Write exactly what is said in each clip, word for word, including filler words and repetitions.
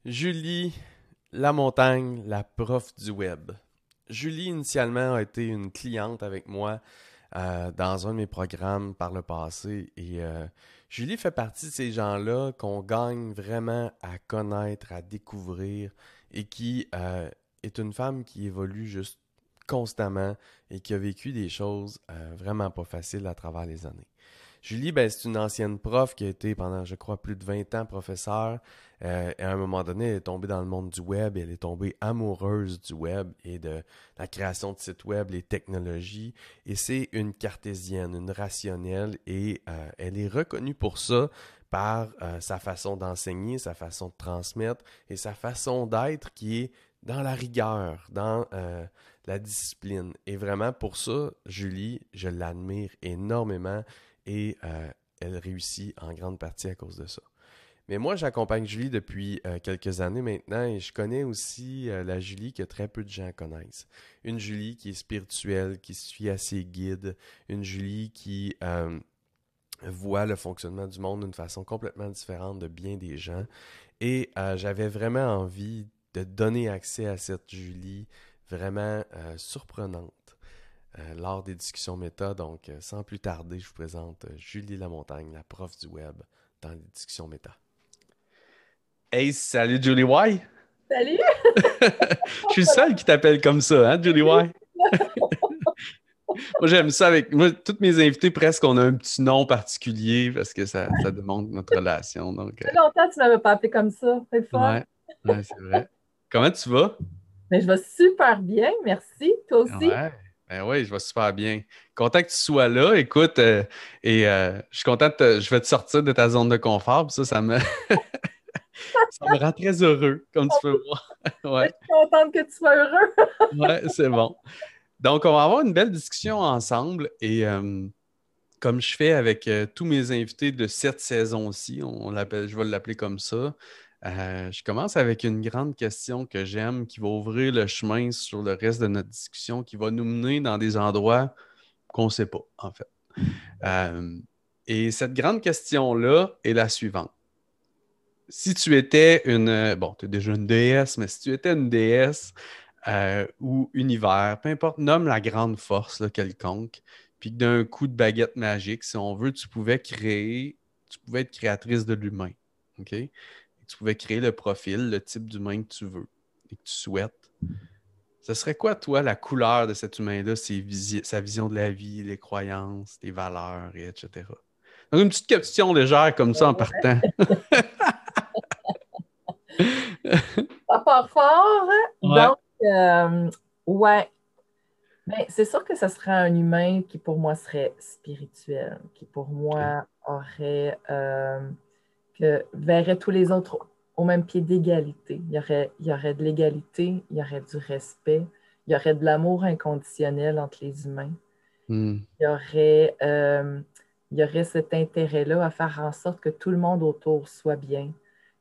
Julie Lamontagne, la prof du web. Julie, initialement, a été une cliente avec moi euh, dans un de mes programmes par le passé. Et euh, Julie fait partie de ces gens-là qu'on gagne vraiment à connaître, à découvrir et qui euh, est une femme qui évolue juste constamment et qui a vécu des choses euh, vraiment pas faciles à travers les années. Julie, ben, c'est une ancienne prof qui a été pendant, je crois, plus de vingt ans professeure. Euh, et à un moment donné, elle est tombée dans le monde du web. Elle est tombée amoureuse du web et de la création de sites web, les technologies. Et c'est une cartésienne, une rationnelle. Et euh, elle est reconnue pour ça par euh, sa façon d'enseigner, sa façon de transmettre et sa façon d'être qui est dans la rigueur, dans euh, la discipline. Et vraiment, pour ça, Julie, je l'admire énormément et euh, elle réussit en grande partie à cause de ça. Mais moi, j'accompagne Julie depuis euh, quelques années maintenant et je connais aussi euh, la Julie que très peu de gens connaissent. Une Julie qui est spirituelle, qui se fie à ses guides, une Julie qui euh, voit le fonctionnement du monde d'une façon complètement différente de bien des gens. Et euh, j'avais vraiment envie de donner accès à cette Julie vraiment euh, surprenante euh, lors des discussions méta. Donc, euh, sans plus tarder, je vous présente euh, Julie Lamontagne, la prof du web, dans les discussions méta. Hey, salut Julie Y! Salut! Je suis le seul qui t'appelle comme ça, hein, Julie Y? Moi, j'aime ça avec moi, toutes mes invités, presque, on a un petit nom particulier parce que ça, ça démontre notre relation. Donc, Ça fait longtemps que tu ne m'avais pas appelé comme ça. C'est le euh, fun. ouais, ouais, c'est vrai. Comment tu vas? Mais je vais super bien, merci. Toi aussi? Ouais, ben oui, je vais super bien. Content que tu sois là. Écoute, euh, et euh, je suis content de te- je vais te sortir de ta zone de confort. Puis ça, ça me, ça me rend très heureux, comme tu peux voir. Je Ouais, suis contente que tu sois heureux. ouais, c'est bon. Donc, on va avoir une belle discussion ensemble. Et euh, comme je fais avec euh, tous mes invités de cette saison-ci, on l'appelle, je vais l'appeler comme ça. Euh, je commence avec une grande question que j'aime, qui va ouvrir le chemin sur le reste de notre discussion, qui va nous mener dans des endroits qu'on ne sait pas, en fait. Euh, et cette grande question-là est la suivante. Si tu étais une... Bon, tu es déjà une déesse, mais si tu étais une déesse euh, ou univers, peu importe, nomme la grande force là, quelconque, puis que d'un coup de baguette magique, si on veut, tu pouvais créer, tu pouvais être créatrice de l'humain. OK? Et tu pouvais créer le profil, le type d'humain que tu veux et que tu souhaites. Ce serait quoi, toi, la couleur de cet humain-là, ses visi- sa vision de la vie, les croyances, les valeurs, et etc. Donc, une petite question légère comme ça en partant. Ça part fort. Ouais. Donc, euh, ouais. Mais c'est sûr que ce serait un humain qui, pour moi, serait spirituel, qui, pour OK. moi, aurait, euh, que verrait tous les autres au même pied d'égalité. Il y aurait, il y aurait de l'égalité, il y aurait du respect, il y aurait de l'amour inconditionnel entre les humains. Hmm. il y aurait, euh, il y aurait cet intérêt-là à faire en sorte que tout le monde autour soit bien,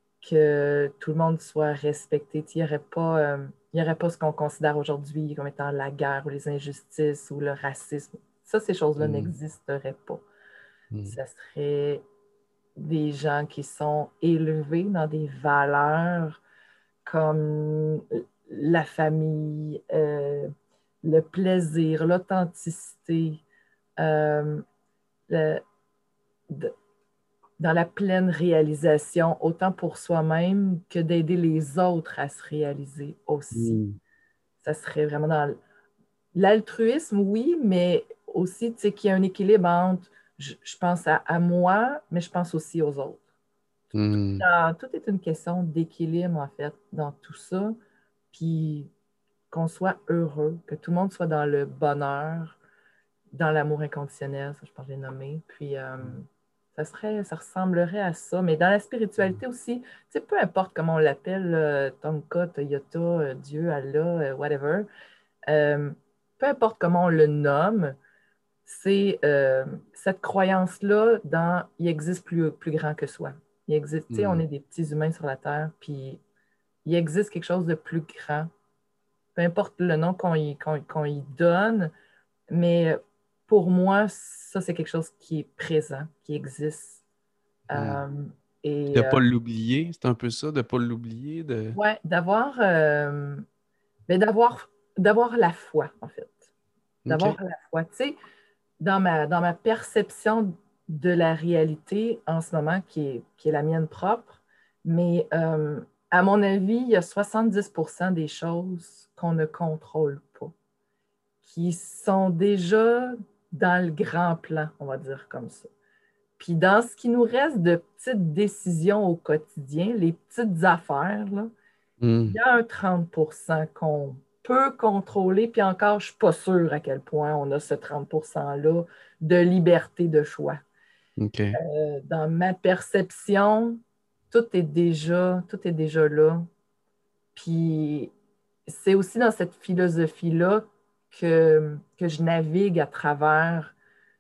que tout le monde soit respecté. Il n'y aurait pas, euh, il y aurait pas ce qu'on considère aujourd'hui comme étant la guerre ou les injustices ou le racisme. Ça, ces choses-là Hmm. n'existeraient pas. Hmm. Ça serait des gens qui sont élevés dans des valeurs comme la famille, euh, le plaisir, l'authenticité, euh, le- de- dans la pleine réalisation, autant pour soi-même que d'aider les autres à se réaliser aussi. Hmm. Ça serait vraiment dans l'altruisme, oui, mais aussi, tu sais, qu'il y a un équilibre entre, je, je pense à, à moi, mais je pense aussi aux autres. Hmm. Dans- tout est une question d'équilibre, en fait, dans tout ça. Puis qu'on soit heureux, que tout le monde soit dans le bonheur, dans l'amour inconditionnel, ça je pense que je l'ai nommé. Puis euh, ça serait, ça ressemblerait à ça. Mais dans la Hmm. spiritualité aussi, tu sais, peu importe comment on l'appelle, euh, Tonka, Toyota, euh, Dieu, Allah, euh, whatever, euh, peu importe comment on le nomme, c'est euh, cette croyance-là dans il existe plus, plus grand que soi. Il existe, tu sais, on Hmm. est des petits humains sur la Terre, puis il existe quelque chose de plus grand. Peu importe le nom qu'on y, qu'on, qu'on y donne, mais pour moi, ça, c'est quelque chose qui est présent, qui existe. Hmm. Euh, Et De euh, pas l'oublier, c'est un peu ça, de pas l'oublier. De... ouais, d'avoir euh, ben, d'avoir d'avoir la foi, en fait. D'avoir OK. la foi. Tu sais, dans ma, dans ma perception de la réalité en ce moment, qui est, qui est la mienne propre, mais euh, à mon avis, il y a soixante-dix pour cent des choses qu'on ne contrôle pas, qui sont déjà dans le grand plan, on va dire comme ça. Puis dans ce qui nous reste de petites décisions au quotidien, les petites affaires, là, il Hmm. y a un trente pour cent qu'on peut contrôler, puis encore, je ne suis pas sûre à quel point on a ce trente pour cent-là de liberté de choix. OK. Euh, dans ma perception, tout est déjà, tout est déjà là. Puis c'est aussi dans cette philosophie-là que, que je navigue à travers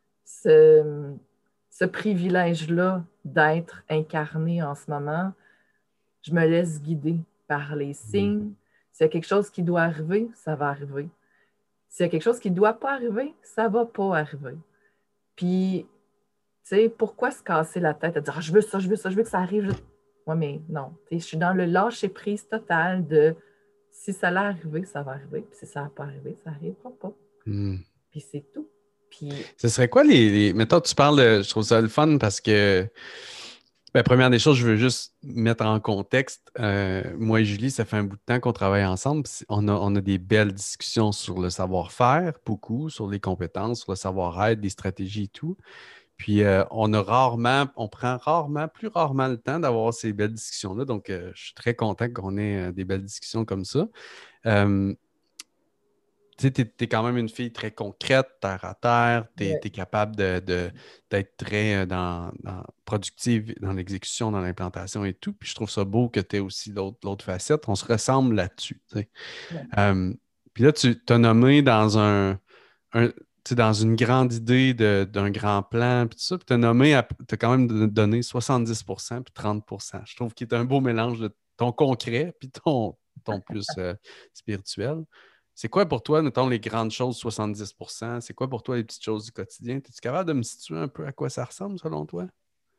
ce, ce privilège-là d'être incarné en ce moment. Je me laisse guider par les Hmm. signes. S'il y a quelque chose qui doit arriver, ça va arriver. S'il y a quelque chose qui ne doit pas arriver, ça ne va pas arriver. Puis, tu sais, pourquoi se casser la tête à dire ah, je veux ça, je veux ça, je veux que ça arrive. Oui, mais non. Je suis dans le lâcher-prise total de si ça allait arriver, ça va arriver. Puis si ça n'a pas arrivé, ça n'arrivera pas. Hmm. Puis c'est tout. Puis, Ce serait quoi les, les... Mettons, tu parles de... Je trouve ça le fun parce que, ben, première des choses, je veux juste mettre en contexte. Euh, moi et Julie, ça fait un bout de temps qu'on travaille ensemble. Puis On a, on a des belles discussions sur le savoir-faire, beaucoup, sur les compétences, sur le savoir-être, des stratégies et tout. Puis euh, on a rarement, on prend rarement, plus rarement le temps d'avoir ces belles discussions-là. Donc, euh, je suis très content qu'on ait euh, des belles discussions comme ça. Euh, tu sais, t'es, t'es quand même une fille très concrète, terre à terre, t'es, ouais, t'es capable de, de- d'être très euh, dans, dans- productive dans l'exécution, dans l'implantation et tout. Puis je trouve ça beau que tu aies aussi l'autre, l'autre facette. On se ressemble là-dessus. Tu sais. ouais, Euh, puis là, tu t'as nommé dans un, un- tu sais, dans une grande idée de- d'un grand plan, puis tout ça, puis tu as nommé, tu as quand même donné soixante-dix pour cent puis trente pour cent. Je trouve qu'il est un beau mélange de ton concret puis ton, ton plus euh, spirituel. C'est quoi pour toi, mettons, les grandes choses, soixante-dix pour cent? C'est quoi pour toi les petites choses du quotidien? Es-tu capable de me situer un peu à quoi ça ressemble selon toi?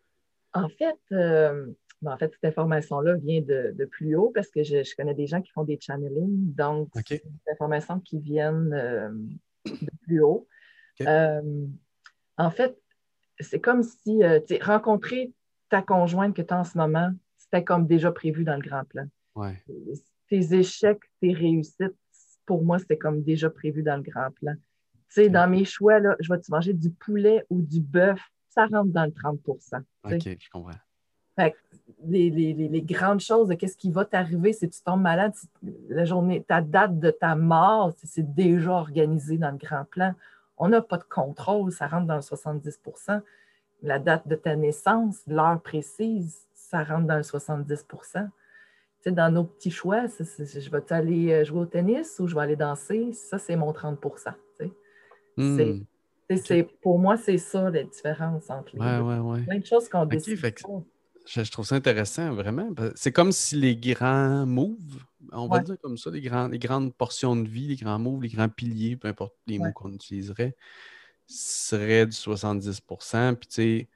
En fait, euh, ben, en fait, cette information-là vient de, de plus haut parce que je, je connais des gens qui font des channeling, donc OK, c'est des informations qui viennent euh, de plus haut. OK, Euh, En fait, c'est comme si euh, tu sais, rencontrer ta conjointe que tu as en ce moment, c'était comme déjà prévu dans le grand plan. ouais, Tes échecs, tes réussites, pour moi, c'était comme déjà prévu dans le grand plan. Tu sais, OK, dans mes choix, là, je vais-tu manger du poulet ou du bœuf? Ça rentre dans le trente pour cent. Tu sais. OK, je comprends. Fait que les, les, les, les grandes choses de qu'est-ce qui va t'arriver si tu tombes malade, si la journée, ta date de ta mort, c'est déjà organisé dans le grand plan. On n'a pas de contrôle, ça rentre dans le soixante-dix pour cent. La date de ta naissance, l'heure précise, ça rentre dans le soixante-dix pour cent. Tu sais, dans nos petits choix, c'est, c'est, je vais aller euh, jouer au tennis ou je vais aller danser, ça, c'est mon trente pour cent. Tu sais. C'est, Hmm, OK. c'est, pour moi, c'est ça la différence entre les Ouais, deux. ouais, ouais. Plein de choses qu'on OK, décide fait que pas. Je, je trouve ça intéressant, vraiment. parce- C'est comme si les grands moves, on va Ouais, le dire comme ça, les, grands, les grandes portions de vie, les grands moves, les grands piliers, peu importe les mots ouais. qu'on utiliserait, seraient du soixante-dix pour cent. Puis tu sais,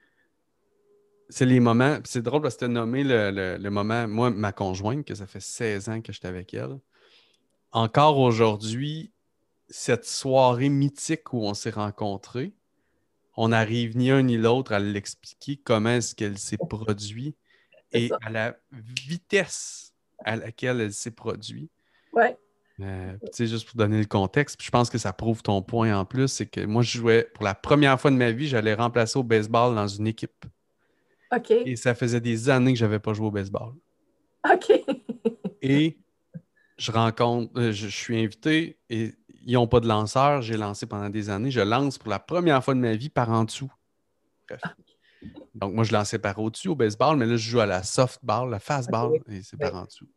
c'est les moments, puis c'est drôle parce que tu as nommé le, le- le moment, moi, ma conjointe, que ça fait seize ans que j'étais avec elle. Encore aujourd'hui, cette soirée mythique où on s'est rencontrés, on n'arrive ni un ni l'autre à l'expliquer comment est-ce qu'elle s'est produite C'est et ça. à la vitesse à laquelle elle s'est produite. Ouais. Euh, puis tu sais, juste pour donner le contexte, puis je pense que ça prouve ton point en plus, c'est que moi, je jouais pour la première fois de ma vie, j'allais remplacer au baseball dans une équipe. OK. Et ça faisait des années que je n'avais pas joué au baseball. OK. Et je rencontre, euh, je, je suis invité et ils n'ont pas de lanceur. J'ai lancé pendant des années. Je lance pour la première fois de ma vie par en dessous. Bref. Donc, moi, je lançais par au-dessus au baseball, mais là, je joue à la softball, la OK, fastball, oui. et c'est Oui. par en dessous.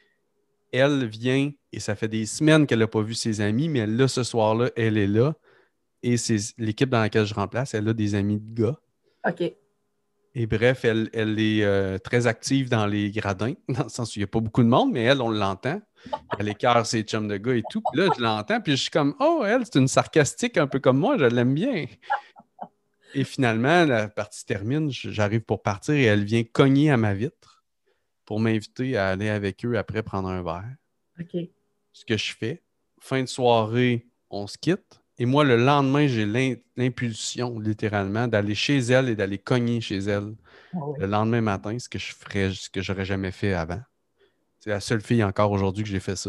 Elle vient et ça fait des semaines qu'elle n'a pas vu ses amis, mais là, ce soir-là, elle est là. Et c'est l'équipe dans laquelle je remplace, elle a des amis de gars. OK. Et bref, elle, elle est euh, très active dans les gradins, dans le sens où il n'y a pas beaucoup de monde, mais elle, on l'entend. Elle écœure ses chums de gars et tout. Puis là, je l'entends, puis je suis comme, oh, elle, c'est une sarcastique un peu comme moi, je l'aime bien. Et finalement, la partie termine, j'arrive pour partir et elle vient cogner à ma vitre pour m'inviter à aller avec eux après prendre un verre. OK. Ce que je fais. Fin de soirée, on se quitte. Et moi, le lendemain, j'ai l'impulsion, littéralement, d'aller chez elle et d'aller cogner chez elle Ah oui. le lendemain matin, ce que je ferais, ce que j'aurais jamais fait avant. C'est la seule fille encore aujourd'hui que j'ai fait ça.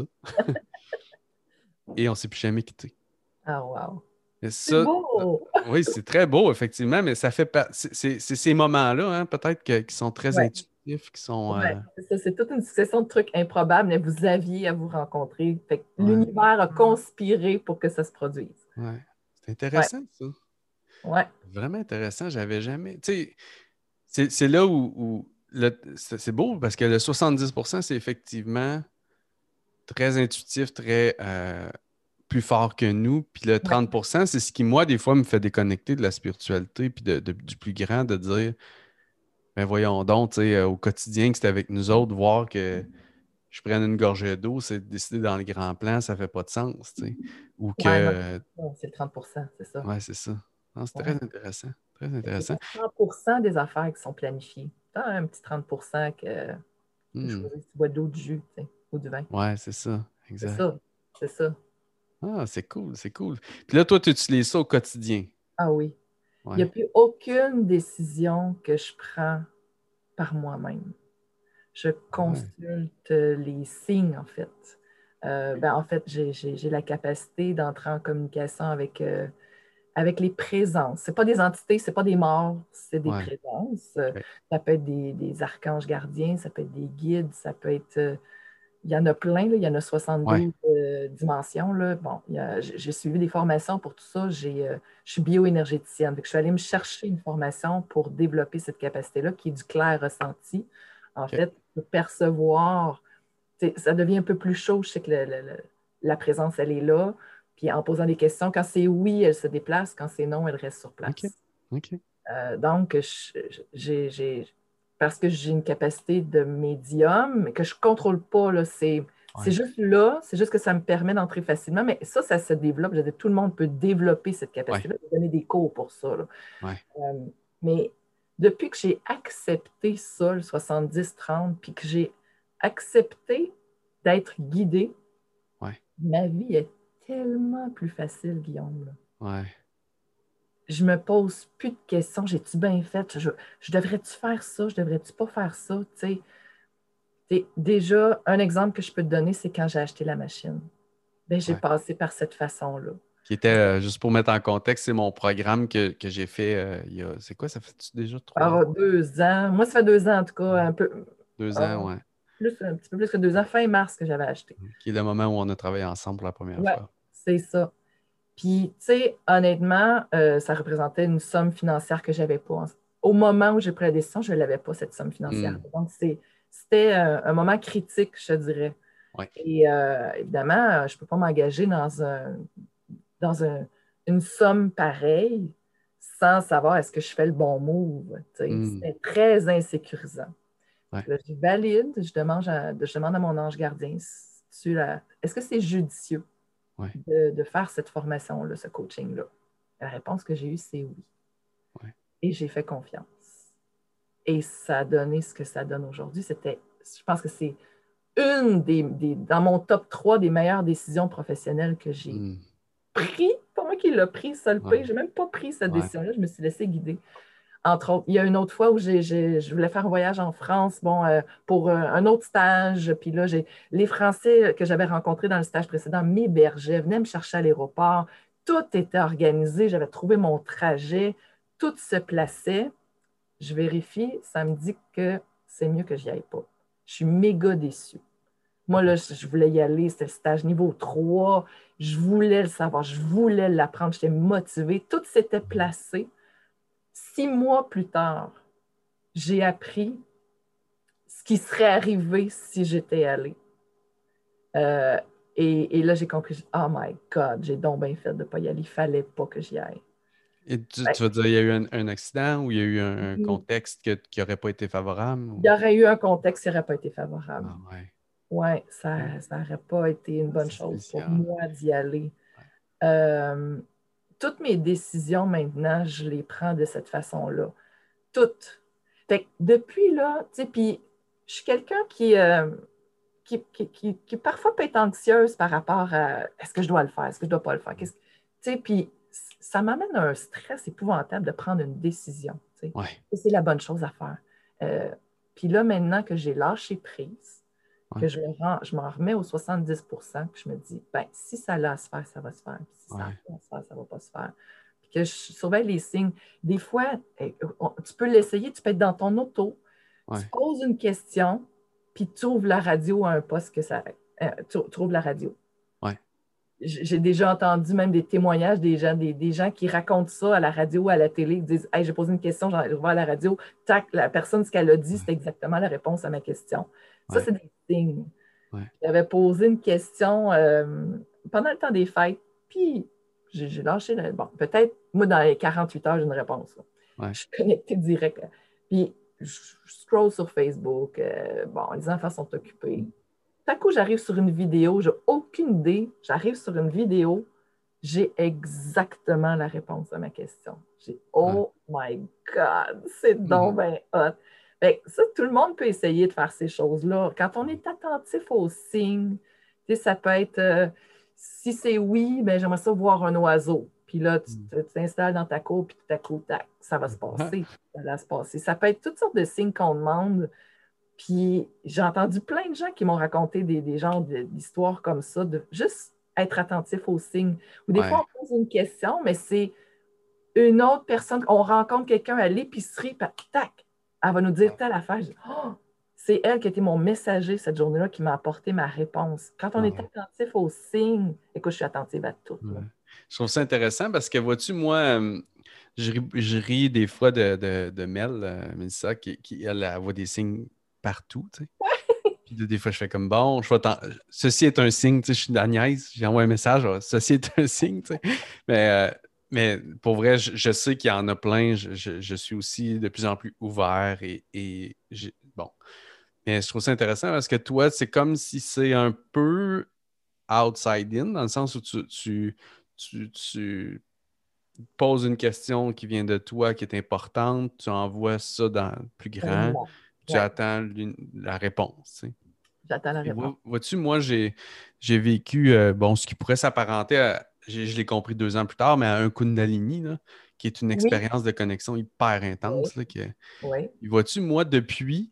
Et on s'est plus jamais quitté. Ah, wow. Et C'est ça, euh, beau! oui, c'est très beau, effectivement, mais ça fait pas. C'est c'est- c'est ces moments-là, hein, peut-être que- qui sont très Ouais. intuitifs, qui sont. Ouais, euh, c'est ça. C'est toute une succession de trucs improbables, mais vous aviez à vous rencontrer. Fait que ouais, l'univers a conspiré pour que ça se produise. ouais. C'est Ouais, intéressant, ça. ouais, Vraiment intéressant. J'avais jamais. Tu sais, c'est c'est là où, où le- c'est c'est beau parce que le soixante-dix pour cent, c'est effectivement très intuitif, très euh, plus fort que nous. Puis le ouais, trente pour cent, c'est ce qui, moi, des fois, me fait déconnecter de la spiritualité puis de, de- du plus grand, de dire, ben voyons donc, tu sais, euh, au quotidien que c'est avec nous autres, voir que je prenne une gorgée d'eau, c'est décider dans le grand plan, ça fait pas de sens, tu sais. Ou que, ouais, non, euh, c'est le trente pour cent, c'est ça. ouais, c'est ça. Non, c'est très Ouais. intéressant. Très C'est intéressant. pas cent pour cent des affaires qui sont planifiées. T'as un petit trente pour cent que tu Hmm. choisis, tu bois de l'eau, du jus, tu sais, ou du vin. Ouais, c'est ça. C'est Exact. ça, c'est ça. Ah, c'est cool, c'est cool. Puis là, toi, tu utilises ça au quotidien. Ah oui. Il n'y a Ouais. plus aucune décision que je prends par moi-même. Je Ouais. consulte les signes, en fait. Euh, ben, en fait, j'ai j'ai- j'ai la capacité d'entrer en communication avec, euh, avec les présences. Ce pas des entités, ce pas des morts, c'est des Ouais. présences. Euh, OK. Ça peut être des, des archanges gardiens, ça peut être des guides, ça peut être... euh, il y en a plein, là, il y en a Ouais. soixante-douze euh, dimensions. Là. Bon, il y a- j'ai j'ai suivi des formations pour tout ça. J'ai, euh, je suis bioénergéticienne. Donc, je suis allée me chercher une formation pour développer cette capacité-là, qui est du clair ressenti. En OK. fait, de percevoir, tu sais, ça devient un peu plus chaud. Je sais que le- le- le- la présence, elle est là. Puis en posant des questions, quand c'est oui, elle se déplace. Quand c'est non, elle reste sur OK. place. OK. Euh, donc, je- j'ai, j'ai- parce que j'ai une capacité de médium, mais que je ne contrôle pas, là, c'est, c'est Ouais. juste là, c'est juste que ça me permet d'entrer facilement, mais ça, ça se développe. Je veux dire, tout le monde peut développer cette Ouais. capacité-là, donner des cours pour ça. Là. Ouais. Euh, mais depuis que j'ai accepté ça, le soixante-dix trente, puis que j'ai accepté d'être guidée, Ouais. ma vie est tellement plus facile, Guillaume. Là. Ouais. Je me pose plus de questions. J'ai-tu bien fait? Je, je devrais-tu faire ça? Je devrais-tu pas faire ça? Tu sais, T'sais, déjà, un exemple que je peux te donner, c'est quand j'ai acheté la machine. Ben, j'ai Ouais. passé par cette façon-là. Qui était, euh, juste pour mettre en contexte, c'est mon programme que, que j'ai fait euh, il y a. C'est quoi, ça fait déjà trois ans? Ah, deux ans. Moi, ça fait deux ans, en tout cas, Ouais. un peu. Deux ah, ans, ouais. plus, un petit peu plus que deux ans, fin mars que j'avais acheté. Qui est le moment où on a travaillé ensemble pour la première Ouais, fois. c'est ça. Puis, tu sais, honnêtement, euh, ça représentait une somme financière que je n'avais pas. Au moment où j'ai pris la décision, je ne l'avais pas, cette somme financière. Hmm. Donc, c'est, c'était un, un moment critique, je dirais. Ouais. Et euh, évidemment, euh, je ne peux pas m'engager dans, un, dans un- une somme pareille sans savoir est-ce que je fais le bon move. Tu sais. Hmm. C'était très insécurisant. Ouais. Là, je valide, je demande à, je demande à mon ange gardien, si la- est-ce que c'est judicieux Ouais. de, de faire cette formation-là, ce coaching-là? La réponse que j'ai eue, c'est oui. Ouais. Et j'ai fait confiance. Et ça a donné ce que ça donne aujourd'hui. C'était, je pense que c'est une des, des- dans mon top trois des meilleures décisions professionnelles que j'ai Hmm. prises. Pas moi qui l'ai pris, ça le Ouais. paye. Je n'ai même pas pris cette Ouais. décision-là. Je me suis laissée guider. Entre autres, il y a une autre fois où j'ai, j'ai- je voulais faire un voyage en France, bon, euh, pour euh, un autre stage. Puis là, j'ai, les Français que j'avais rencontrés dans le stage précédent m'hébergeaient, venaient me chercher à l'aéroport. Tout était organisé. J'avais trouvé mon trajet. Tout se plaçait. Je vérifie, ça me dit que c'est mieux que j'y aille pas. Je suis méga déçue. Moi, là, je voulais y aller, c'était le stage niveau trois. Je voulais le savoir, je voulais l'apprendre, j'étais motivée. Tout s'était placé. Six mois plus tard, j'ai appris ce qui serait arrivé si j'étais allée. Euh, et, et là, j'ai compris, oh my God, j'ai donc bien fait de ne pas y aller. Il ne fallait pas que j'y aille. Et tu, Ouais. tu veux dire, il y a eu un, un accident ou il y a eu un, un Il contexte que- qui n'aurait pas été favorable? y Ou... aurait eu un contexte qui n'aurait pas été favorable. Ah, ouais. Oui, ça n'aurait pas été une bonne C'est chose pour spécial. moi d'y aller. Ouais. Euh, toutes mes décisions maintenant, je les prends de cette façon-là. Toutes. Fait que depuis là, tu sais, puis je suis quelqu'un qui, euh, qui, qui, qui, qui parfois peut être anxieuse par rapport à est-ce que je dois le faire, est-ce que je ne dois pas le faire. Qu'est-ce que- Tu sais, puis ça m'amène à un stress épouvantable de prendre une décision. Tu sais. Ouais. Et c'est la bonne chose à faire. Euh, puis là, maintenant que j'ai lâché prise, Ouais. que je me rends, je m'en remets aux soixante-dix pour cent, puis je me dis, ben, si ça a à se faire, ça va se faire. Puis si ça n'a Ouais. pas à se faire, ça ne va pas se faire. Puis que je surveille les signes. Des fois, eh, on- tu peux l'essayer, tu peux être dans ton auto, Ouais. tu poses une question, puis tu ouvres la radio à un poste que ça. euh, tu, tu ouvres la radio. Ouais. J- J'ai déjà entendu même des témoignages des gens, des, des gens qui racontent ça à la radio ou à la télé, qui disent Hey, j'ai posé une question, j'en ai ouvert à la radio, tac, la personne, ce qu'elle a dit, c'est exactement la réponse à ma question. Ça, Ouais. c'est des signes. Ouais. J'avais posé une question euh, pendant le temps des fêtes, puis j'ai j'ai lâché. Le... Bon, peut-être, moi, dans les quarante-huit heures, j'ai une réponse. Là. Ouais. Je suis connectée direct. Là. Puis je, je scroll sur Facebook. euh, bon, les enfants sont occupés. Tout à coup, j'arrive sur une vidéo, j'ai aucune idée. J'arrive sur une vidéo, j'ai exactement la réponse à ma question. J'ai Oh my God, c'est donc bien hot. Fait que ça, tout le monde peut essayer de faire ces choses-là. Quand on est attentif aux signes, tu sais, ça peut être euh, si c'est oui, ben j'aimerais ça voir un oiseau. Puis là, tu Mm. te- tu t'installes dans ta cour, puis tout à coup, tac, ça va se passer. Ça va se passer. Ça peut être toutes sortes de signes qu'on demande. Puis j'ai entendu plein de gens qui m'ont raconté des, des genres de- d'histoires comme ça, de juste être attentif aux signes. Ou des Ouais. fois, on pose une question, mais c'est une autre personne, on rencontre quelqu'un à l'épicerie, puis tac, elle va nous dire Ouais. telle affaire. Je dis, oh, c'est elle qui a été mon messager cette journée-là qui m'a apporté ma réponse. Quand on Ah est ouais. attentif aux signes, écoute, je suis attentive à tout. là. Ouais. Je trouve ça intéressant parce que, vois-tu, moi, euh, je, ris, je ris des fois de, de, de Mel, euh, Mélissa, qui, qui, elle, elle voit des signes partout, tu sais. Puis de- des fois, je fais comme, bon, je vais t'en- ceci est un signe, tu sais, je suis dans la niaise, j'envoie un message, genre, ceci est un signe, tu sais. Mais, euh, mais pour vrai, je, je sais qu'il y en a plein, je, je- je suis aussi de plus en plus ouvert et, et j'ai- bon. Mais je trouve ça intéressant parce que toi, c'est comme si c'est un peu outside in, dans le sens où tu, tu, tu, tu poses une question qui vient de toi, qui est importante, tu envoies ça dans le plus grand, Tellement. tu Ouais, attends l'une- la réponse. Tu sais. j'attends la Et réponse. vois- vois-tu, moi, j'ai, j'ai vécu, euh, bon, ce qui pourrait s'apparenter à, j'ai- je l'ai compris deux ans plus tard, mais à un Kundalini, là, qui est une Oui, expérience de connexion hyper oui, intense. Là, qui est- oui. Et vois-tu, moi, depuis,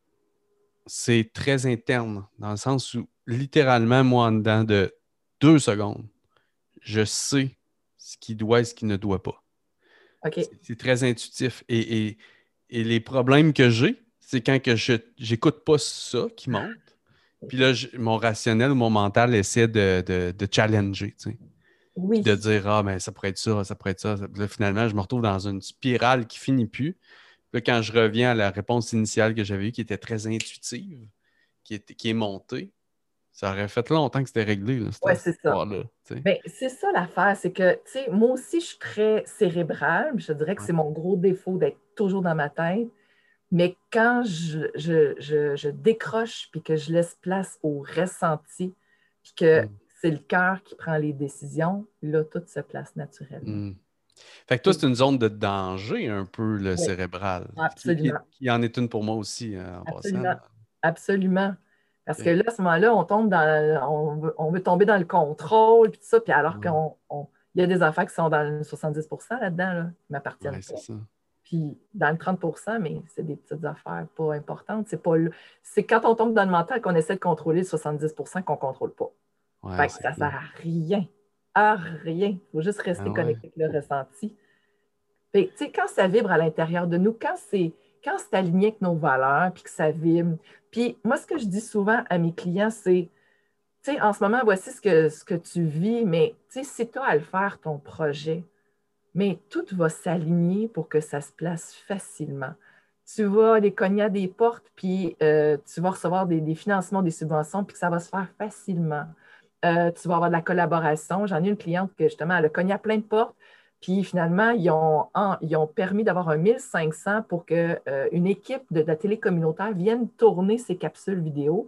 c'est très interne, dans le sens où, littéralement, moi, en dedans de deux secondes, je sais ce qui doit et ce qui ne doit pas. OK. C'est c'est très intuitif. Et, et- et les problèmes que j'ai, c'est quand que je j'écoute pas ça qui monte. Puis là, je- mon rationnel ou mon mental essaie de, de, de challenger, tu sais. Puis de Oui. dire, ah, ben, ça pourrait être ça, ça pourrait être ça. Puis là, finalement, je me retrouve dans une spirale qui finit plus. Puis là, quand je reviens à la réponse initiale que j'avais eue, qui était très intuitive, qui est, qui est montée, ça aurait fait longtemps que c'était réglé, là, Oui, cette, cette c'est ça. histoire-là, tu sais. Bien, c'est ça l'affaire, c'est que, tu sais, moi aussi, je suis très cérébrale. Je dirais que Ouais. c'est mon gros défaut d'être toujours dans ma tête. Mais quand je, je, je, je décroche puis que je laisse place au ressenti, puis que Mm. c'est le cœur qui prend les décisions, là, tout se place naturellement. Mm. Fait que toi, Et- c'est une zone de danger un peu, le oui, cérébral, qui, qui, absolument. qui en est une pour moi aussi, euh, en passant. Absolument. Là. Absolument. Parce que Ok. là, à ce moment-là, on tombe dans, on veut, on veut tomber dans le contrôle, puis tout ça, puis alors Ouais, qu'on, on- il y a des affaires qui sont dans le soixante-dix pour cent là-dedans, là, qui ne m'appartiennent ouais, pas. c'est ça. Puis dans le trente pour cent, mais c'est des petites affaires pas importantes. C'est pas le- c'est quand on tombe dans le mental qu'on essaie de contrôler le soixante-dix pour cent qu'on ne contrôle pas. Ouais, Fait que c'est ça ne ça. sert à rien. À rien. Il faut juste Ah rester ouais. connecté avec le ressenti. Fait que, tu sais, quand ça vibre à l'intérieur de nous, quand c'est quand c'est aligné avec nos valeurs, puis que ça vibre. Puis moi, ce que je dis souvent à mes clients, c'est, tu sais, en ce moment, voici ce que, ce que tu vis, mais tu sais, c'est toi à le faire, ton projet. Mais tout va s'aligner pour que ça se place facilement. Tu vas aller cogner à des portes, puis euh, tu vas recevoir des, des financements, des subventions, puis que ça va se faire facilement. Euh, tu vas avoir de la collaboration. J'en ai une cliente que justement, elle a cogné à plein de portes, puis finalement, ils ont, en- ils ont permis d'avoir un mille cinq cents pour qu'une équipe de, de la télé communautaire vienne tourner ces capsules vidéo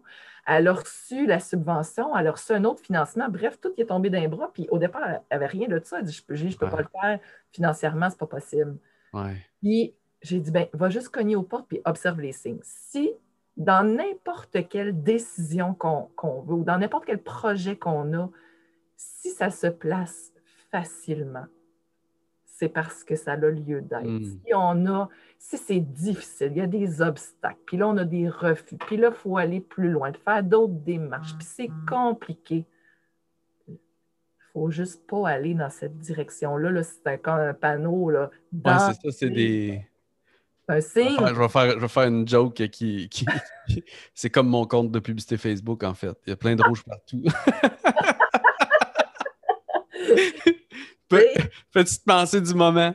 Elle a reçu la subvention, elle a reçu un autre financement. Bref, tout y est tombé d'un bras. Puis au départ, elle n'avait rien de ça. Elle dit, je ne peux, je peux Ouais. pas le faire financièrement, c'est pas possible. Ouais. Puis j'ai dit, ben, va juste cogner aux portes puis observe les signes. Si dans n'importe quelle décision qu'on qu'on veut ou dans n'importe quel projet qu'on a, si ça se place facilement, c'est parce que ça a lieu d'être. Mm. Si on a, si c'est difficile, il y a des obstacles, puis là, on a des refus, puis là, il faut aller plus loin, faire d'autres démarches, puis c'est compliqué. Il ne faut juste pas aller dans cette direction-là. Là, c'est un, un panneau, là, Ouais, dans c'est ça, c'est des. un Je vais signe. faire, je vais faire, je vais faire une joke qui, qui, qui- c'est comme mon compte de publicité Facebook, en fait. Il y a plein de rouges partout. Pe- Petite pensée du moment.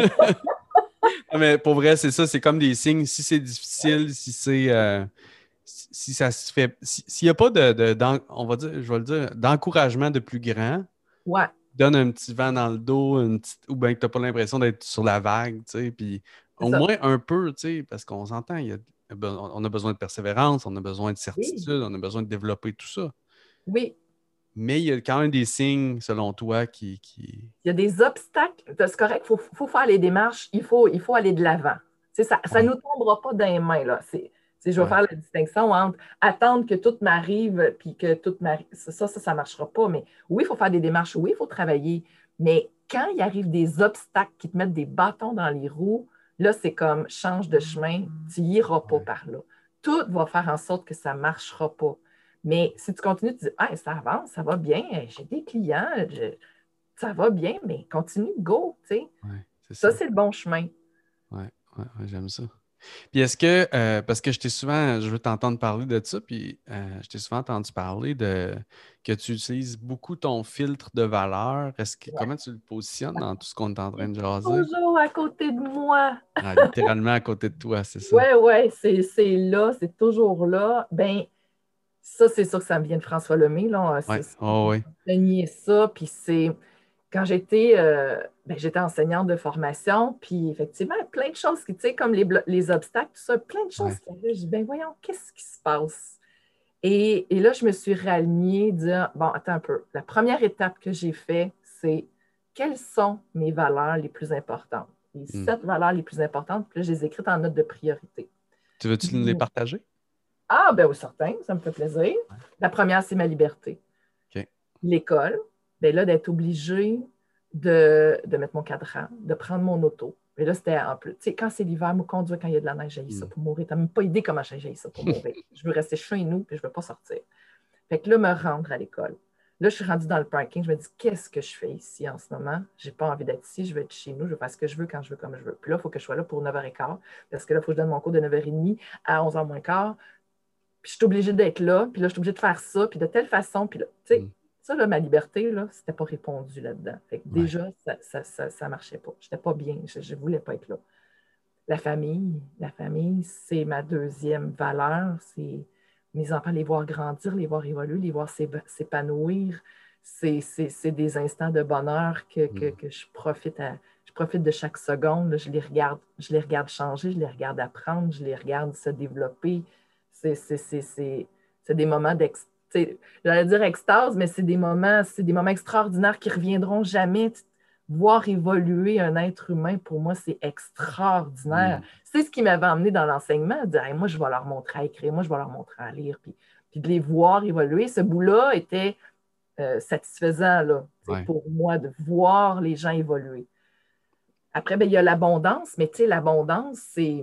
Non, mais pour vrai, c'est ça, c'est comme des signes. Si c'est difficile, si c'est. euh, si, si ça se fait. si- S'il n'y a pas de, de- d'en- on va dire, je vais le dire, d'encouragement de plus grand, Ouais, donne un petit vent dans le dos, une petite- ou bien que tu n'as pas l'impression d'être sur la vague, tu sais, puis c'est au ça. moins un peu, tu sais, parce qu'on s'entend, il y a- on a besoin de persévérance, on a besoin de Oui, certitude, on a besoin de développer tout ça. oui. Mais il y a quand même des signes, selon toi, qui... qui... Il y a des obstacles. C'est correct, il faut, faut faire les démarches, il faut, il faut aller de l'avant. Tu sais, ça ne Ouais, nous tombera pas dans les mains. Là. C'est, c'est- je vais ouais, faire la distinction entre attendre que tout m'arrive puis que tout m'arrive. Ça, ça, ça ne marchera pas. Mais oui, il faut faire des démarches, oui, il faut travailler. Mais quand il arrive des obstacles qui te mettent des bâtons dans les roues, là, c'est comme change de chemin, tu n'iras pas ouais. par là. Tout va faire en sorte que ça ne marchera pas. Mais si tu continues, tu dis, ah, ça avance, ça va bien, j'ai des clients, je- ça va bien, mais continue, go, tu sais. Ouais, c'est Ça, ça. c'est le bon chemin. Ouais, ouais, ouais, j'aime ça. Puis est-ce que, euh, parce que je t'ai souvent, je veux t'entendre parler de ça, puis euh, je t'ai souvent entendu parler de que tu utilises beaucoup ton filtre de valeur. Est-ce que, Ouais. comment tu le positionnes dans tout ce qu'on est en train C'est de jaser? toujours à côté de moi. Ah, littéralement à côté de toi, c'est ça. Ouais, ouais, c'est, c'est là, c'est toujours là. Ben, ça, c'est sûr que ça me vient de François Lemay, là. C'est, Ouais, c'est oh, oui. enseigner ça, puis c'est quand j'étais, euh, ben, j'étais enseignante de formation, puis effectivement, plein de choses qui, tu sais, comme les, blo- les obstacles, tout ça, plein de choses Ouais. qui arrivent. Je dis, ben voyons, qu'est-ce qui se passe? Et, et là, je me suis réalignée, dire, bon, attends un peu. La première étape que j'ai faite, c'est quelles sont mes valeurs les plus importantes? Les Hmm. sept valeurs les plus importantes, puis là, je les ai écrites en note de priorité. Tu veux-tu nous les partager? Ah, ben oui, certain, ça me fait plaisir. La première, c'est ma liberté. OK. L'école, ben là, d'être obligée de, de mettre mon cadran, de prendre mon auto. Mais là, c'était en plus. Tu sais, quand c'est l'hiver, me conduire quand il y a de la neige, j'ai ça Hmm. pour mourir. Tu n'as même pas idée comment j'ai ça pour mourir. Je veux rester chez nous, puis je ne veux pas sortir. Fait que là, me rendre à l'école. Là, je suis rendue dans le parking. Je me dis, qu'est-ce que je fais ici en ce moment? Je n'ai pas envie d'être ici. Je veux être chez nous. Je veux faire ce que je veux quand je veux, comme je veux. Puis là, il faut que je sois là pour neuf heures quinze. Parce que là, il faut que je donne mon cours de neuf heures trente à onze heures moins quart. Puis je suis obligée d'être là. Puis là, je suis obligée de faire ça. Puis de telle façon. Puis là, tu sais, Hmm. ça, là, ma liberté, là, c'était pas répondu là-dedans. Fait que Ouais. déjà, ça, ça, ça, ça marchait pas. Je n'étais pas bien. Je ne voulais pas être là. La famille, la famille, c'est ma deuxième valeur. C'est mes enfants, les voir grandir, les voir évoluer, les voir s'épanouir. C'est, c'est, c'est des instants de bonheur que, que, Hmm. que je profite à, je profite de chaque seconde. Je les regarde, je les regarde changer, je les regarde apprendre, je les regarde se développer. C'est, c'est, c'est, c'est, c'est des moments d'ex, tu sais, j'allais dire extase, mais c'est des moments, c'est des moments extraordinaires qui ne reviendront jamais. Voir évoluer un être humain, pour moi, c'est extraordinaire. Hmm. C'est ce qui m'avait emmené dans l'enseignement, de dire, hey, moi, je vais leur montrer à écrire, moi, je vais leur montrer à lire, puis, puis de les voir évoluer. Ce bout-là était euh, satisfaisant là, Ouais. pour moi, de voir les gens évoluer. Après, ben, il y a l'abondance, mais tu sais, l'abondance, c'est,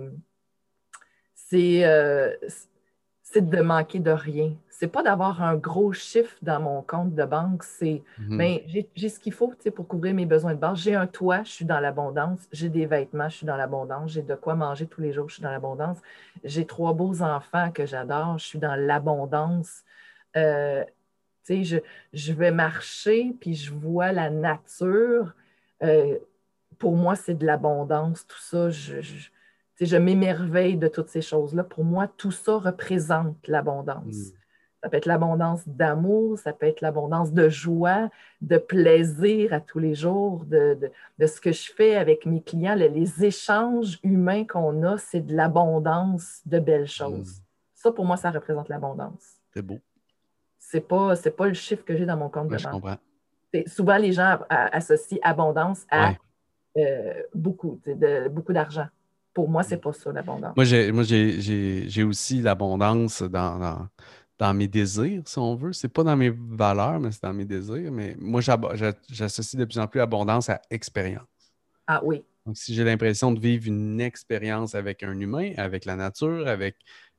c'est, euh, c'est de manquer de rien. C'est pas d'avoir un gros chiffre dans mon compte de banque, c'est Mhm. ben, j'ai, j'ai ce qu'il faut pour couvrir mes besoins de base. J'ai un toit, je suis dans l'abondance. J'ai des vêtements, je suis dans l'abondance. J'ai de quoi manger tous les jours, je suis dans l'abondance. J'ai trois beaux enfants que j'adore, je suis dans l'abondance. Euh, tu sais, je, je vais marcher, puis je vois la nature. Euh, pour moi, c'est de l'abondance, tout ça. Je, je, tu sais, je m'émerveille de toutes ces choses-là. Pour moi, tout ça représente l'abondance. Hmm. Ça peut être l'abondance d'amour, ça peut être l'abondance de joie, de plaisir à tous les jours, de, de, de ce que je fais avec mes clients. Le- les échanges humains qu'on a, c'est de l'abondance de belles choses. Hmm. Ça, pour moi, ça représente l'abondance. C'est beau. C'est pas, c'est pas le chiffre que j'ai dans mon compte Ouais, de je banque. comprends. C'est- souvent, les gens a- a- associent abondance à Ouais. euh, beaucoup, tu sais, de, beaucoup d'argent. Pour moi, c'est Mm. pas ça, l'abondance. Moi, j'ai, moi, j'ai, j'ai, j'ai aussi l'abondance dans, dans, dans mes désirs, si on veut. C'est pas dans mes valeurs, mais c'est dans mes désirs. Mais moi, j'abo- j'a- j'associe de plus en plus abondance à expérience. Ah oui, Donc, si j'ai l'impression de vivre une expérience avec un humain, avec la nature, avec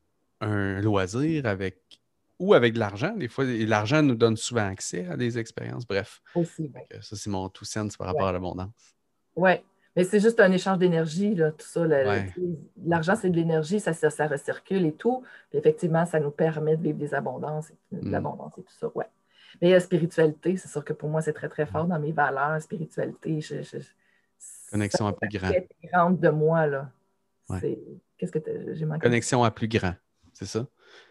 un loisir, avec ou avec de l'argent, des fois, et l'argent nous donne souvent accès à des expériences. Bref, aussi, oui. Fait que ça, c'est mon tout sens par rapport Ouais. à l'abondance. Ouais. Mais c'est juste un échange d'énergie, là, tout ça. le- le- Ouais. tu sais, L'argent, c'est de l'énergie, ça, ça, ça recircule et tout. Puis effectivement, ça nous permet de vivre des abondances, et- de Mm. l'abondance et tout ça. Ouais. Mais la spiritualité, c'est sûr que pour moi, c'est très, très fort dans mes valeurs. Spiritualité, je, je- ça Connexion à fait plus grand. partie intégrante de moi, là. Ouais. C'est... Qu'est-ce que t'as- j'ai manqué? Connexion à plus grand. C'est ça?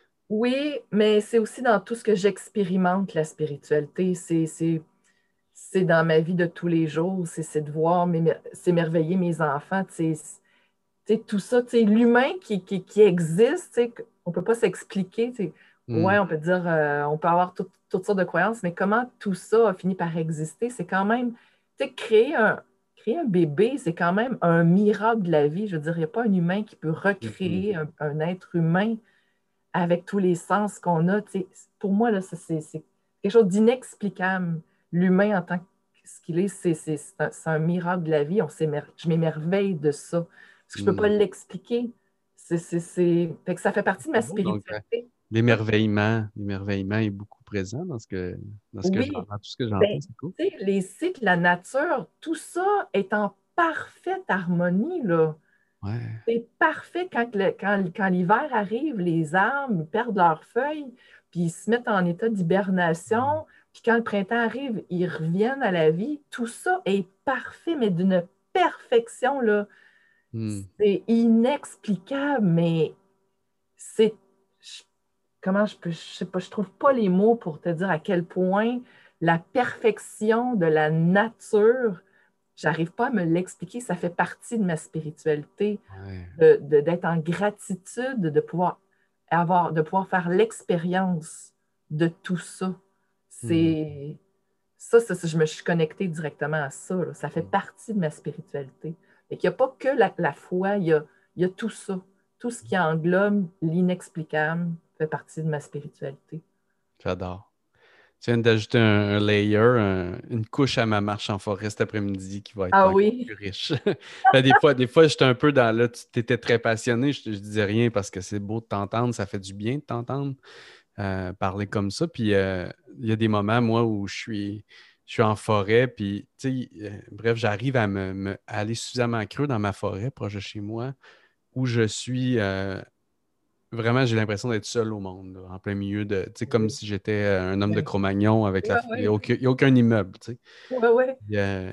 Oui, mais c'est aussi dans tout ce que j'expérimente, la spiritualité. C'est, c'est, c'est dans ma vie de tous les jours. C'est, c'est de voir m'émer- s'émerveiller mes enfants. Tu sais, tu sais, tout ça, tu sais, l'humain qui, qui, qui existe, tu sais, on ne peut pas s'expliquer. Tu sais. Mm. Ouais, on peut dire, euh, on peut avoir tout- toutes sortes de croyances, mais comment tout ça a fini par exister? C'est quand même, tu sais, créer un, créer un bébé, c'est quand même un miracle de la vie. Je veux dire, il n'y a pas un humain qui peut Mhm. recréer un, un être humain avec tous les sens qu'on a. Tu sais, pour moi, là, ça, c'est c'est quelque chose d'inexplicable. L'humain en tant que ce qu'il est, c'est c'est- c'est un, c'est un miracle de la vie. On s'émer- je m'émerveille de ça. Parce que je ne peux pas Mm. l'expliquer. C'est, c'est, c'est- Fait que ça fait partie de ma C'est beau, donc, euh, spiritualité. Hein? l'émerveillement, l'émerveillement est beaucoup présent dans ce que, dans ce que Oui, j'entends, tout ce que j'entends, ben, c'est cool. tu sais, les cycles, la nature, tout ça est en parfaite harmonie, là. Ouais. C'est parfait quand, le- quand, quand l'hiver arrive, les arbres perdent leurs feuilles, puis ils se mettent en état d'hibernation, puis quand le printemps arrive, ils reviennent à la vie. Tout ça est parfait, mais d'une perfection, là. Mm. C'est inexplicable, mais c'est... je- Comment je peux... Je sais pas, je trouve pas les mots pour te dire à quel point la perfection de la nature, j'arrive pas à me l'expliquer, ça fait partie de ma spiritualité Ouais. de- de- d'être en gratitude, de pouvoir avoir, de pouvoir faire l'expérience de tout ça. Mm. C'est ça, ça, ça, je me suis connectée directement à ça, là. Ça fait Mm. partie de ma spiritualité. Et qu'il n'y a pas que la, la foi, il y a, il y a tout ça. Tout ce qui englobe l'inexplicable fait partie de ma spiritualité. J'adore. Tu viens d'ajouter un, un layer, un- une couche à ma marche en forêt cet après-midi qui va être Ah encore oui, plus riche. Ben, des fois, des fois, j'étais un peu dans là, tu étais très passionné, je, je disais rien parce que c'est beau de t'entendre, ça fait du bien de t'entendre euh, parler comme ça. Puis euh, il y a des moments, moi, où je suis, je suis en forêt, puis tu sais, euh, bref, j'arrive à me, me- à aller suffisamment creux dans ma forêt, proche de chez moi, où je suis euh, vraiment, j'ai l'impression d'être seul au monde, là, en plein milieu de. Tu sais, comme oui. si j'étais euh, un homme de Oui. Cro-Magnon avec la. Ouais, Il n'y a, ouais. aucun il y a aucun immeuble, tu sais. Ouais, ouais. Puis, euh,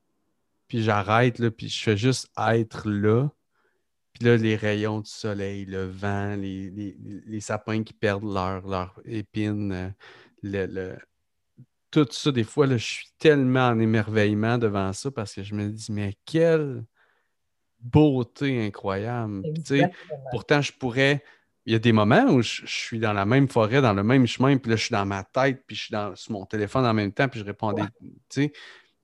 puis j'arrête, là, puis je fais juste être là. Puis là, les rayons du soleil, le vent, les, les- les sapins qui perdent leur, leur épine, euh, le, le- tout ça, des fois, là, je suis tellement en émerveillement devant ça parce que je me dis, mais quelle beauté incroyable. Puis, tu sais, Exactement. pourtant, je pourrais. Il y a des moments où je, je suis dans la même forêt, dans le même chemin, puis là, je suis dans ma tête, puis je suis dans, sur mon téléphone en même temps, puis je réponds à Ouais. des. Tu sais,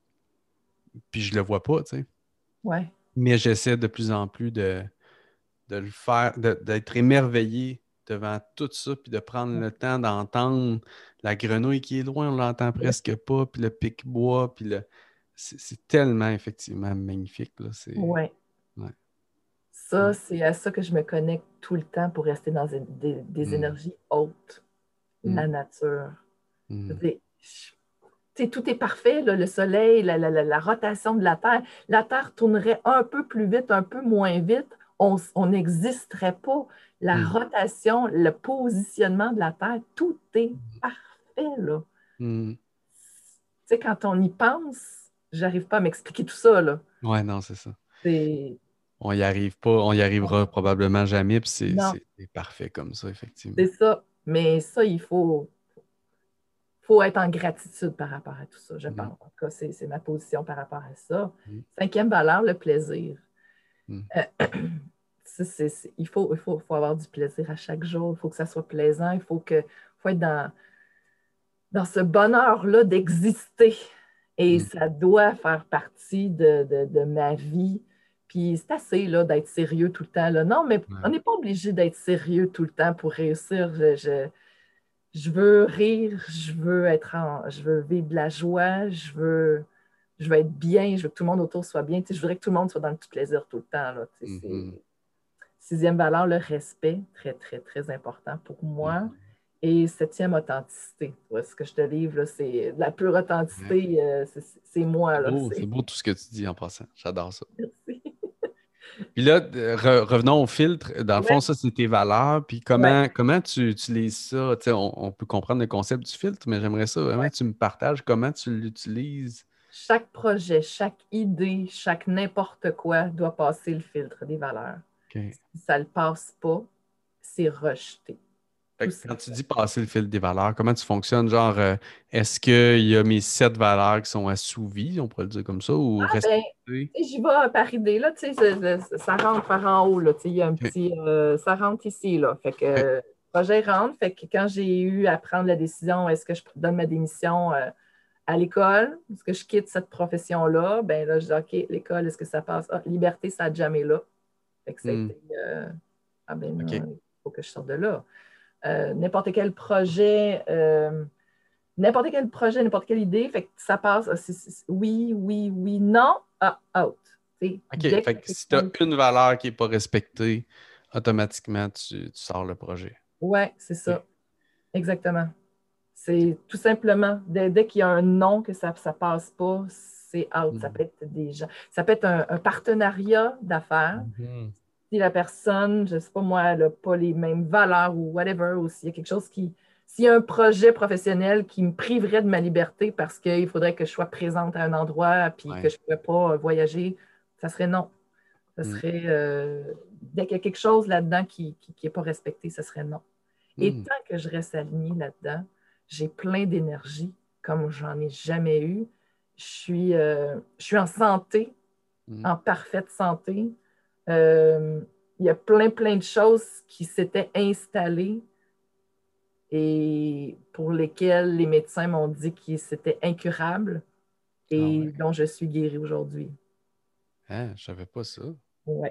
puis je le vois pas, tu sais. Ouais. Mais j'essaie de plus en plus de, de le faire, de- d'être émerveillé devant tout ça, puis de prendre le temps d'entendre la grenouille qui est loin, on l'entend presque pas, puis le pic-bois, puis le. C'est c'est tellement, effectivement, magnifique, là. C'est. Ouais. Ouais. Ça, Ouais. c'est à ça que je me connecte tout le temps pour rester dans des, des- des Mm, énergies hautes. mm, La nature. Je mm. veux dire, je- tu sais, tout est parfait, là, le soleil, la, la- la- la rotation de la Terre. La Terre tournerait un peu plus vite, un peu moins vite. On s- on n'existerait pas. La Mm. rotation, le positionnement de la Terre, tout est parfait, là. Mm. Tu sais, quand on y pense, j'arrive pas à m'expliquer tout ça, là. Ouais, non, c'est ça. C'est... On y arrive pas, on y arrivera probablement jamais, puis c'est Non, c'est- c'est parfait comme ça, effectivement. c'est ça. Mais ça, il faut, faut être en gratitude par rapport à tout ça, je Mm, pense. En tout cas, c'est c'est ma position par rapport à ça. mm, Cinquième valeur, le plaisir. mm, Euh, c'est- c'est- c'est- il faut, il faut, faut avoir du plaisir à chaque jour. Il faut que ça soit plaisant. Il faut que, faut faut être dans, dans ce bonheur-là d'exister. Et Mm. ça doit faire partie de, de, de ma vie. Puis c'est assez là, d'être sérieux tout le temps. Là. Non, mais Ouais. on n'est pas obligé d'être sérieux tout le temps pour réussir. Je, je, je veux rire, je veux être en, je veux vivre de la joie, je veux, je veux être bien, je veux que tout le monde autour soit bien. Tu sais, je voudrais que tout le monde soit dans le petit plaisir tout le temps. Là. Tu sais, Mhm. c'est... Sixième valeur, le respect, très, très, très important pour moi. Mhm. Et septième, authenticité. Tu vois, ce que je te livre, là, c'est de la pure Ouais. authenticité, euh, c'est, c'est moi. C'est Là, beau, c'est c'est... beau tout ce que tu dis en passant. J'adore ça. Merci. Puis là, de- re- revenons au filtre. Dans le fond, Ouais, ça, c'est tes valeurs. Puis ouais, comment, comment tu utilises ça? Tu sais, on, on peut comprendre le concept du filtre, mais j'aimerais ça vraiment ouais. que tu me partages comment tu l'utilises. Chaque projet, chaque idée, chaque n'importe quoi doit passer le filtre des valeurs. OK. Si ça ne le passe pas, c'est rejeté. Fait Tout que quand tu simplement. dis passer le fil des valeurs, comment tu fonctionnes? Genre, euh, est-ce qu'il y a mes sept valeurs qui sont assouvies, on pourrait le dire comme ça, ou Ah ben, respectées? tu sais, j'y vais par idée, là, tu sais, ça, ça- ça rentre par en haut, là, tu sais, il y a un OK. petit, euh, ça rentre ici, là, fait que OK. euh, le projet rentre, fait que quand j'ai eu à prendre la décision, est-ce que je donne ma démission euh, à l'école, est-ce que je quitte cette profession-là, ben là, je dis, OK, l'école, est-ce que ça passe? Ah, liberté, ça n'a jamais là, fait que ça a Hmm. été, euh, ah ben OK. non, il faut que je sorte de là. Euh, n'importe quel projet, euh, n'importe quel projet, n'importe quelle idée, fait que ça passe, c'est, c'est, oui, oui, oui, non, ah, out. T'sais, OK. dès que Fait que si tu as une valeur qui n'est pas respectée, automatiquement, tu, tu sors le projet. ouais, c'est OK. ça, exactement. OK. C'est tout simplement, dès, dès qu'il y a un non que ça ne passe pas, c'est out. Ça Mhm. peut être des gens, ça peut être un, un partenariat d'affaires. Mhm. Si la personne, je ne sais pas moi, elle n'a pas les mêmes valeurs ou whatever, ou s'il y a quelque chose qui, s'il y a un projet professionnel qui me priverait de ma liberté parce qu'il faudrait que je sois présente à un endroit puis que Ouais. je ne pourrais pas euh, voyager, ça serait non. Ça Hmm. serait, euh, dès qu'il y a quelque chose là-dedans qui n'est pas respecté, ça serait non. Et Hmm. tant que je reste alignée là-dedans, j'ai plein d'énergie comme j'en ai jamais eu. Je suis, euh, je suis en santé, Hmm. en parfaite santé. Euh, il y a plein, plein de choses qui s'étaient installées et pour lesquelles les médecins m'ont dit qu'ils c'était incurable Ah et ouais. dont je suis guérie aujourd'hui. Hein, je savais pas ça. Oui,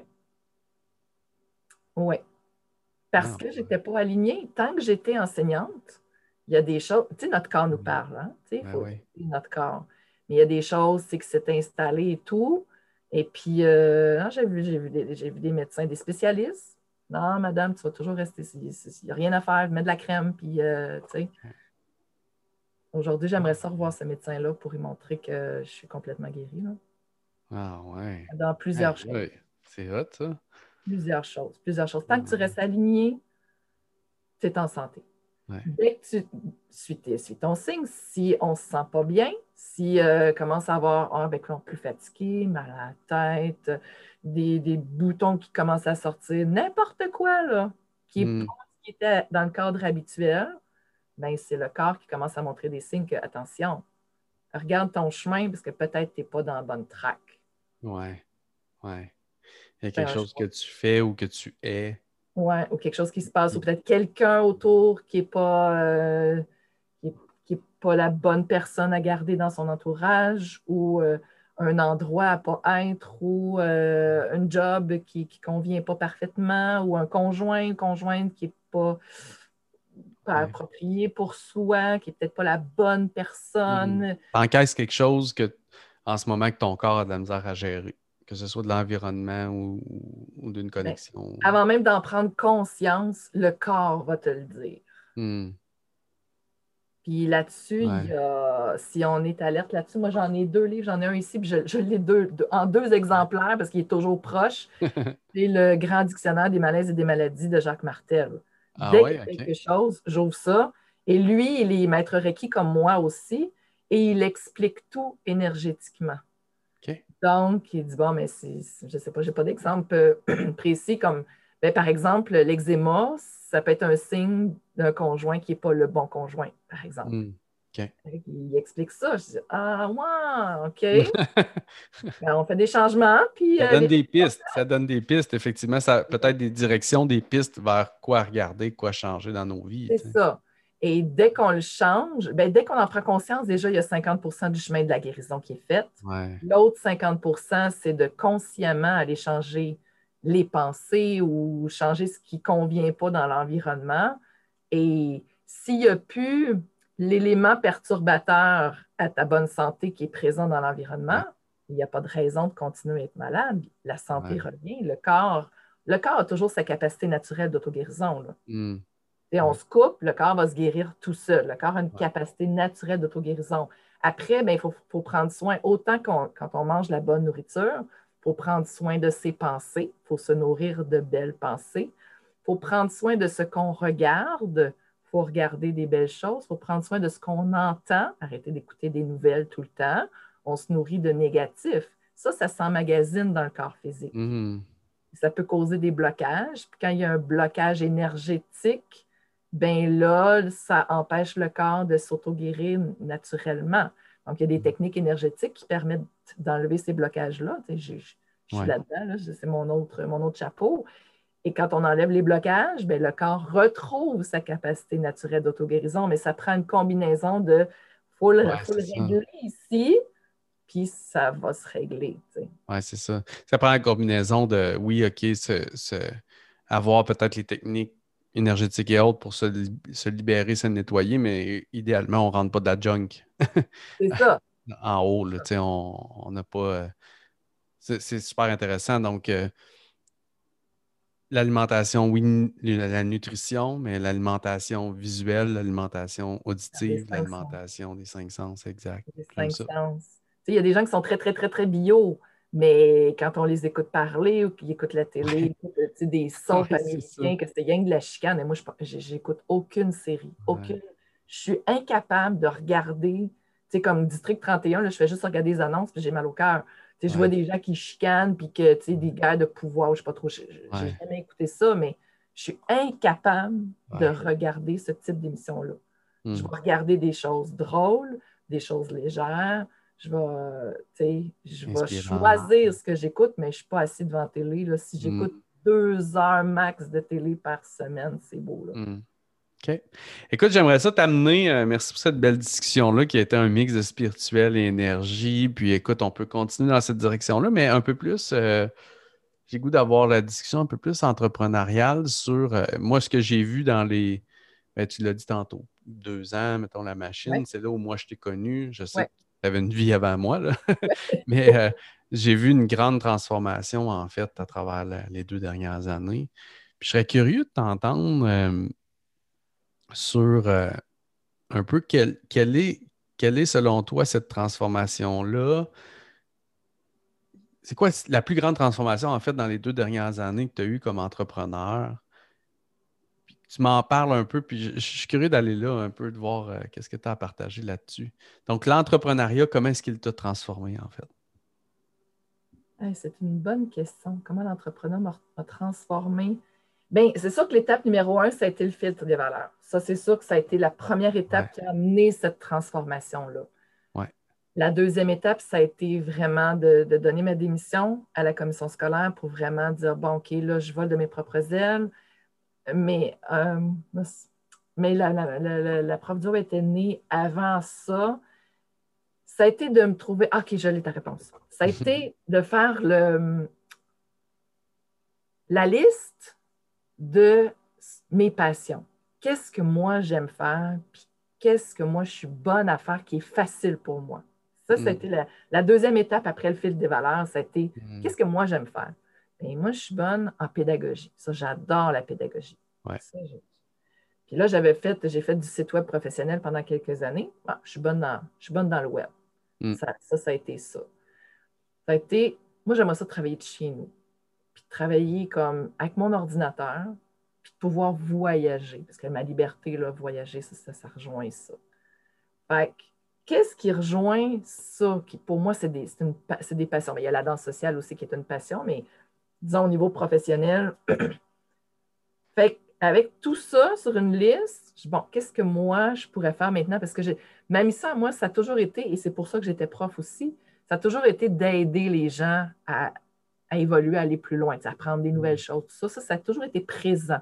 oui. Parce Ah que je ouais. n'étais pas alignée. Tant que j'étais enseignante, il y a des choses, tu sais, notre corps nous Hmm. parle, hein? Tu sais, il Ben faut oui. écouter notre corps. Mais il y a des choses, c'est que c'est installé et tout. Et puis, euh, non, j'ai vu, j'ai vu, des, j'ai vu des médecins, des spécialistes. Non, madame, tu vas toujours rester ici. Il n'y a rien à faire, mets de la crème. Puis, euh, tu sais, aujourd'hui, j'aimerais ça revoir ce médecin-là pour lui montrer que je suis complètement guérie, là. Ah ouais. Dans plusieurs Aïe, choses. aïe. C'est hot, ça. Plusieurs choses. Plusieurs choses. Tant que tu Hmm. restes aligné, tu es en santé. Ouais. Dès que tu suis, suis ton signe, si on ne se sent pas bien, si euh, commence à avoir un bec plus fatigué, mal à la tête, des, des boutons qui commencent à sortir, n'importe quoi là, qui n'est pas Hmm. ce qui était dans le cadre habituel, ben, c'est le corps qui commence à montrer des signes que, attention, regarde ton chemin parce que peut-être tu n'es pas dans la bonne track. Ouais. Ouais. Il y a C'est quelque un chose que choix. tu fais ou que tu es. Ouais, ou quelque chose qui se passe, ou Qui- peut-être quelqu'un autour qui n'est pas, euh, qui est, qui est pas la bonne personne à garder dans son entourage, ou euh, un endroit à pas être, ou euh, un job qui ne convient pas parfaitement, ou un conjoint, une conjointe qui n'est pas, pas Ouais. approprié pour soi, qui n'est peut-être pas la bonne Hmm. personne. T'encaisses quelque chose que, en ce moment, que ton corps a de la misère à gérer, que ce soit de l'environnement ou, ou d'une Ben, connexion. avant même d'en prendre conscience, le corps va te le dire. Hmm. Puis là-dessus, il y Ouais. a, si on est alerte là-dessus, moi j'en ai deux livres, j'en ai un ici, puis je, je l'ai deux, deux- en deux exemplaires parce qu'il est toujours proche. C'est le Grand Dictionnaire des malaises et des maladies de Jacques Martel. Ah Dès qu'il y ouais, a ok. quelque chose, j'ouvre ça. Et lui, il est maître Reiki comme moi aussi, et il explique tout énergétiquement. Ok. Donc, il dit, bon, mais si, si- je ne sais pas, je n'ai pas d'exemple euh, précis comme, ben, par exemple, l'eczéma, ça peut être un signe d'un conjoint qui n'est pas le bon conjoint, par exemple. Hmm. Ok. Il explique ça. Je dis, ah, ouais, OK. Ben, on fait des changements, puis Ça euh, donne les... des pistes. Ça donne des pistes, effectivement. Ça peut-être des directions, des pistes vers quoi regarder, quoi changer dans nos vies. c'est Tu sais. ça. Et dès qu'on le change, ben, dès qu'on en prend conscience, déjà, il y a cinquante pour cent du chemin de la guérison qui est fait. Ouais. L'autre cinquante pour cent, c'est de consciemment aller changer les pensées ou changer ce qui ne convient pas dans l'environnement. Et s'il n'y a plus l'élément perturbateur à ta bonne santé qui est présent dans l'environnement, Ouais. il n'y a pas de raison de continuer à être malade. La santé Ouais. revient. Le corps, le corps a toujours sa capacité naturelle d'autoguérison. Là. Mm. Et on Ouais. se coupe, le corps va se guérir tout seul. Le corps a une Ouais. capacité naturelle d'auto-guérison. Après, ben, il faut, faut prendre soin, autant qu'on, quand on mange la bonne nourriture, il faut prendre soin de ses pensées, il faut se nourrir de belles pensées, il faut prendre soin de ce qu'on regarde, il faut regarder des belles choses, il faut prendre soin de ce qu'on entend, arrêter d'écouter des nouvelles tout le temps, on se nourrit de négatifs. Ça, ça s'emmagasine dans le corps physique. Mm. Ça peut causer des blocages. Puis quand il y a un blocage énergétique, ben là, ça empêche le corps de s'auto-guérir naturellement. Donc, il y a des techniques énergétiques qui permettent d'enlever ces blocages-là. Tu sais, je, je- je suis Ouais. là-dedans, là, c'est mon autre, mon autre chapeau. Et quand on enlève les blocages, ben, le corps retrouve sa capacité naturelle d'auto-guérison, mais ça prend une combinaison de il faut le, Ouais, faut c'est le ça. régler ici, puis ça va se régler. Tu sais. Ouais, c'est ça. Ça prend la combinaison de, oui, OK, se, se- avoir peut-être les techniques énergétiques et autres pour se, li- se libérer, se nettoyer, mais idéalement, on ne rentre pas de la junk C'est ça. en haut. Là, tu sais, on on n'a pas. euh, c'est c'est super intéressant. Donc, euh, l'alimentation, oui, n- la, la nutrition, mais l'alimentation visuelle, l'alimentation Les auditive, cinq sens. l'alimentation des cinq sens, exact. Les J'aime cinq ça. sens. Tu sais, il y a des gens qui sont très, très, très, très bio, mais quand on les écoute parler ou qu'ils écoutent la télé, écoutent, tu sais, des soaps Ouais, c'est ça. américains, que c'est rien que de la chicane, et moi, je j'ai- j'écoute aucune série, Ouais, aucune. Je suis incapable de regarder, tu sais, comme District trente et un, là, je fais juste regarder les annonces, puis j'ai mal au cœur. Tu sais, je vois ouais, des gens qui chicanent, puis que, tu sais, des guerres de pouvoir, je sais pas trop, je- je- j'ai ouais, jamais écouté ça, mais je suis incapable de ouais. regarder ce type d'émission-là. Je Hmm. vais regarder des choses drôles, des choses légères. Je vais, euh, tu sais, je vais Inspirant. choisir ce que j'écoute, mais je ne suis pas assis devant la télé. Là. Si j'écoute Hmm. deux heures max de télé par semaine, c'est beau. Là. Hmm. OK. Écoute, j'aimerais ça t'amener, euh, merci pour cette belle discussion-là qui a été un mix de spirituel et énergie. Puis écoute, on peut continuer dans cette direction-là, mais un peu plus, euh, j'ai le goût d'avoir la discussion un peu plus entrepreneuriale sur euh, moi, ce que j'ai vu dans les, ben, tu l'as dit tantôt, deux ans, mettons la machine, Ouais, c'est là où moi je t'ai connu. Je sais ouais, que tu avais une vie avant moi, là. Mais euh, j'ai vu une grande transformation en fait à travers la- les deux dernières années. Puis je serais curieux de t'entendre euh, sur euh, un peu quelle, quelle est, quelle est selon toi cette transformation-là? C'est quoi la plus grande transformation en fait dans les deux dernières années que tu as eues comme entrepreneur? Tu m'en parles un peu, puis je, je suis curieux d'aller là un peu, de voir euh, qu'est-ce que tu as à partager là-dessus. Donc, l'entrepreneuriat, comment est-ce qu'il t'a transformé en fait? hey, c'est une bonne question. Comment l'entrepreneur m'a m'a transformé? Bien, c'est sûr que l'étape numéro un, ça a été le filtre des valeurs. Ça, c'est sûr que ça a été la première Ouais, étape qui a amené cette transformation-là. ouais, La deuxième étape, ça a été vraiment de, de donner ma démission à la commission scolaire pour vraiment dire, bon, OK, là, je vole de mes propres ailes. Mais, euh, mais la, la, la, la prof Dio était née avant ça. Ça a été de me trouver, ah, OK, je l'ai ta réponse. Ça a été de faire le, la liste de mes passions. Qu'est-ce que moi j'aime faire, puis qu'est-ce que moi je suis bonne à faire qui est facile pour moi. Ça, ça a Mm, été la, la deuxième étape après le fil des valeurs. Ça a été mm, qu'est-ce que moi j'aime faire. Et moi, je suis bonne en pédagogie. Ça, j'adore la pédagogie. ouais, Ça, j'ai- Puis là, j'avais fait, j'ai fait du site web professionnel pendant quelques années. Ah, je suis bonne dans, je suis bonne dans le web. mm, Ça, ça, ça a été ça. Ça a été, moi, j'aimerais ça travailler de chez nous. Puis de travailler comme avec mon ordinateur, puis de pouvoir voyager. Parce que ma liberté, là, voyager, ça, ça, ça rejoint ça. Fait que, qu'est-ce qui rejoint ça? Qui, pour moi, c'est des, c'est une pa- c'est des passions. Mais il y a la danse sociale aussi qui est une passion, mais disons au niveau professionnel. Fait avec tout ça sur une liste, je- bon, qu'est-ce que moi je pourrais faire maintenant? Parce que j'ai, ma mission à moi, ça a toujours été, et c'est pour ça que j'étais prof aussi, ça a toujours été d'aider les gens à, à évoluer, à aller plus loin, à apprendre des nouvelles mm, choses. Tout ça, ça, ça a toujours été présent.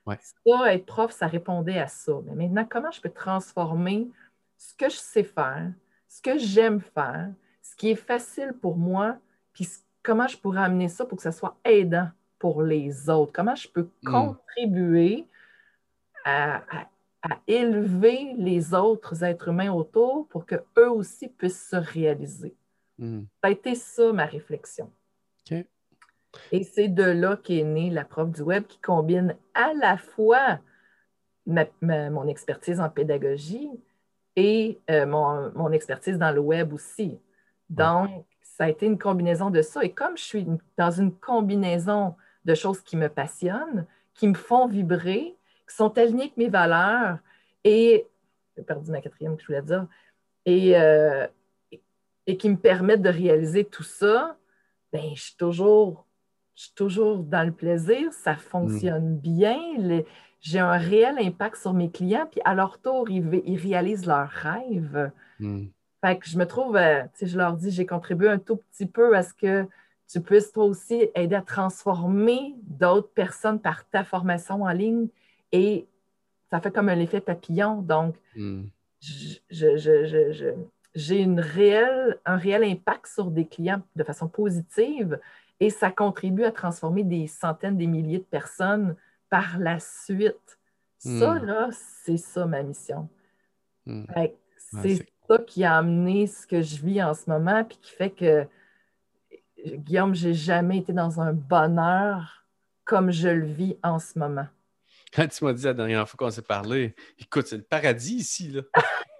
Ouais. Ça, être prof, ça répondait à ça. Mais maintenant, comment je peux transformer ce que je sais faire, ce que j'aime faire, ce qui est facile pour moi, puis comment je pourrais amener ça pour que ça soit aidant pour les autres? Comment je peux Mm. contribuer à, à- à élever les autres êtres humains autour pour qu'eux aussi puissent se réaliser? Mm. Ça a été ça ma réflexion. OK. Et c'est de là qu'est née la prof du web qui combine à la fois ma- ma- mon expertise en pédagogie et euh, mon, mon expertise dans le web aussi. Ouais. Donc, ça a été une combinaison de ça. Et comme je suis une- dans une combinaison de choses qui me passionnent, qui me font vibrer, qui sont alignées avec mes valeurs, et j'ai perdu ma quatrième que je voulais dire, et, euh, et qui me permettent de réaliser tout ça, ben, je suis toujours, je suis toujours dans le plaisir, ça Mm. fonctionne bien, le- j'ai un réel impact sur mes clients, puis à leur tour, ils, v- ils réalisent leurs rêves. Mm. Fait que je me trouve, euh, tu sais, je leur dis, j'ai contribué un tout petit peu à ce que tu puisses toi aussi aider à transformer d'autres personnes par ta formation en ligne et ça fait comme un effet papillon. Donc, Mm. je- je- je- je- je- j'ai une réelle, un réel impact sur des clients de façon positive et ça contribue à transformer des centaines, des milliers de personnes par la suite. Ça, Mm. là, c'est ça ma mission. Mm. Fait que Ouais, c'est c'est ça qui a amené ce que je vis en ce moment, puis qui fait que, Guillaume, j'ai jamais été dans un bonheur comme je le vis en ce moment. Quand tu m'as dit la dernière fois qu'on s'est parlé, écoute, c'est le paradis ici, là.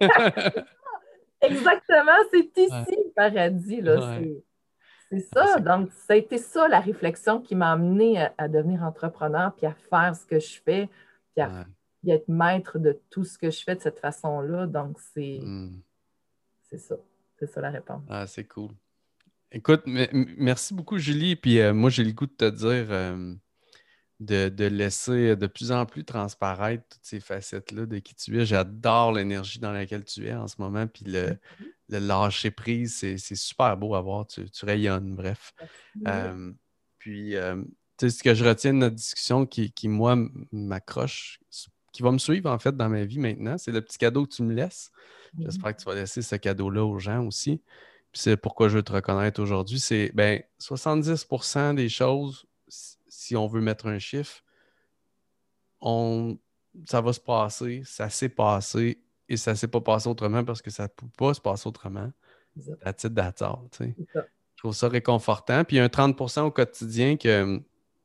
Exactement, c'est Ouais. ici le paradis, là. Ouais. C'est, c'est Ah, ça. c'est Donc, ça a été ça la réflexion qui m'a amené à, à devenir entrepreneur, puis à faire ce que je fais, puis à, ouais. puis à être maître de tout ce que je fais de cette façon-là. Donc, c'est, Mm. c'est ça. C'est ça la réponse. Ah, c'est cool. Écoute, me- m- merci beaucoup, Julie. Puis euh, moi, j'ai le goût de te dire euh, de, de laisser de plus en plus transparaître toutes ces facettes-là de qui tu es. J'adore l'énergie dans laquelle tu es en ce moment. Puis le, le lâcher prise, c'est, c'est super beau à voir. Tu, tu rayonnes, bref. Merci. Euh, puis, euh, tu sais, ce que je retiens de notre discussion qui, qui moi, m- m'accroche, qui va me suivre en fait dans ma vie maintenant, c'est le petit cadeau que tu me laisses. J'espère que tu vas laisser ce cadeau-là aux gens aussi. Puis c'est pourquoi je veux te reconnaître aujourd'hui. C'est ben, soixante-dix pour cent des choses, si si on veut mettre un chiffre, on, ça va se passer, ça s'est passé et ça s'est pas passé autrement parce que ça ne peut pas se passer autrement. C'est ça. À titre d'hasard, tu sais. C'est ça. Je trouve ça réconfortant. Puis il y a un trente pour cent au quotidien que,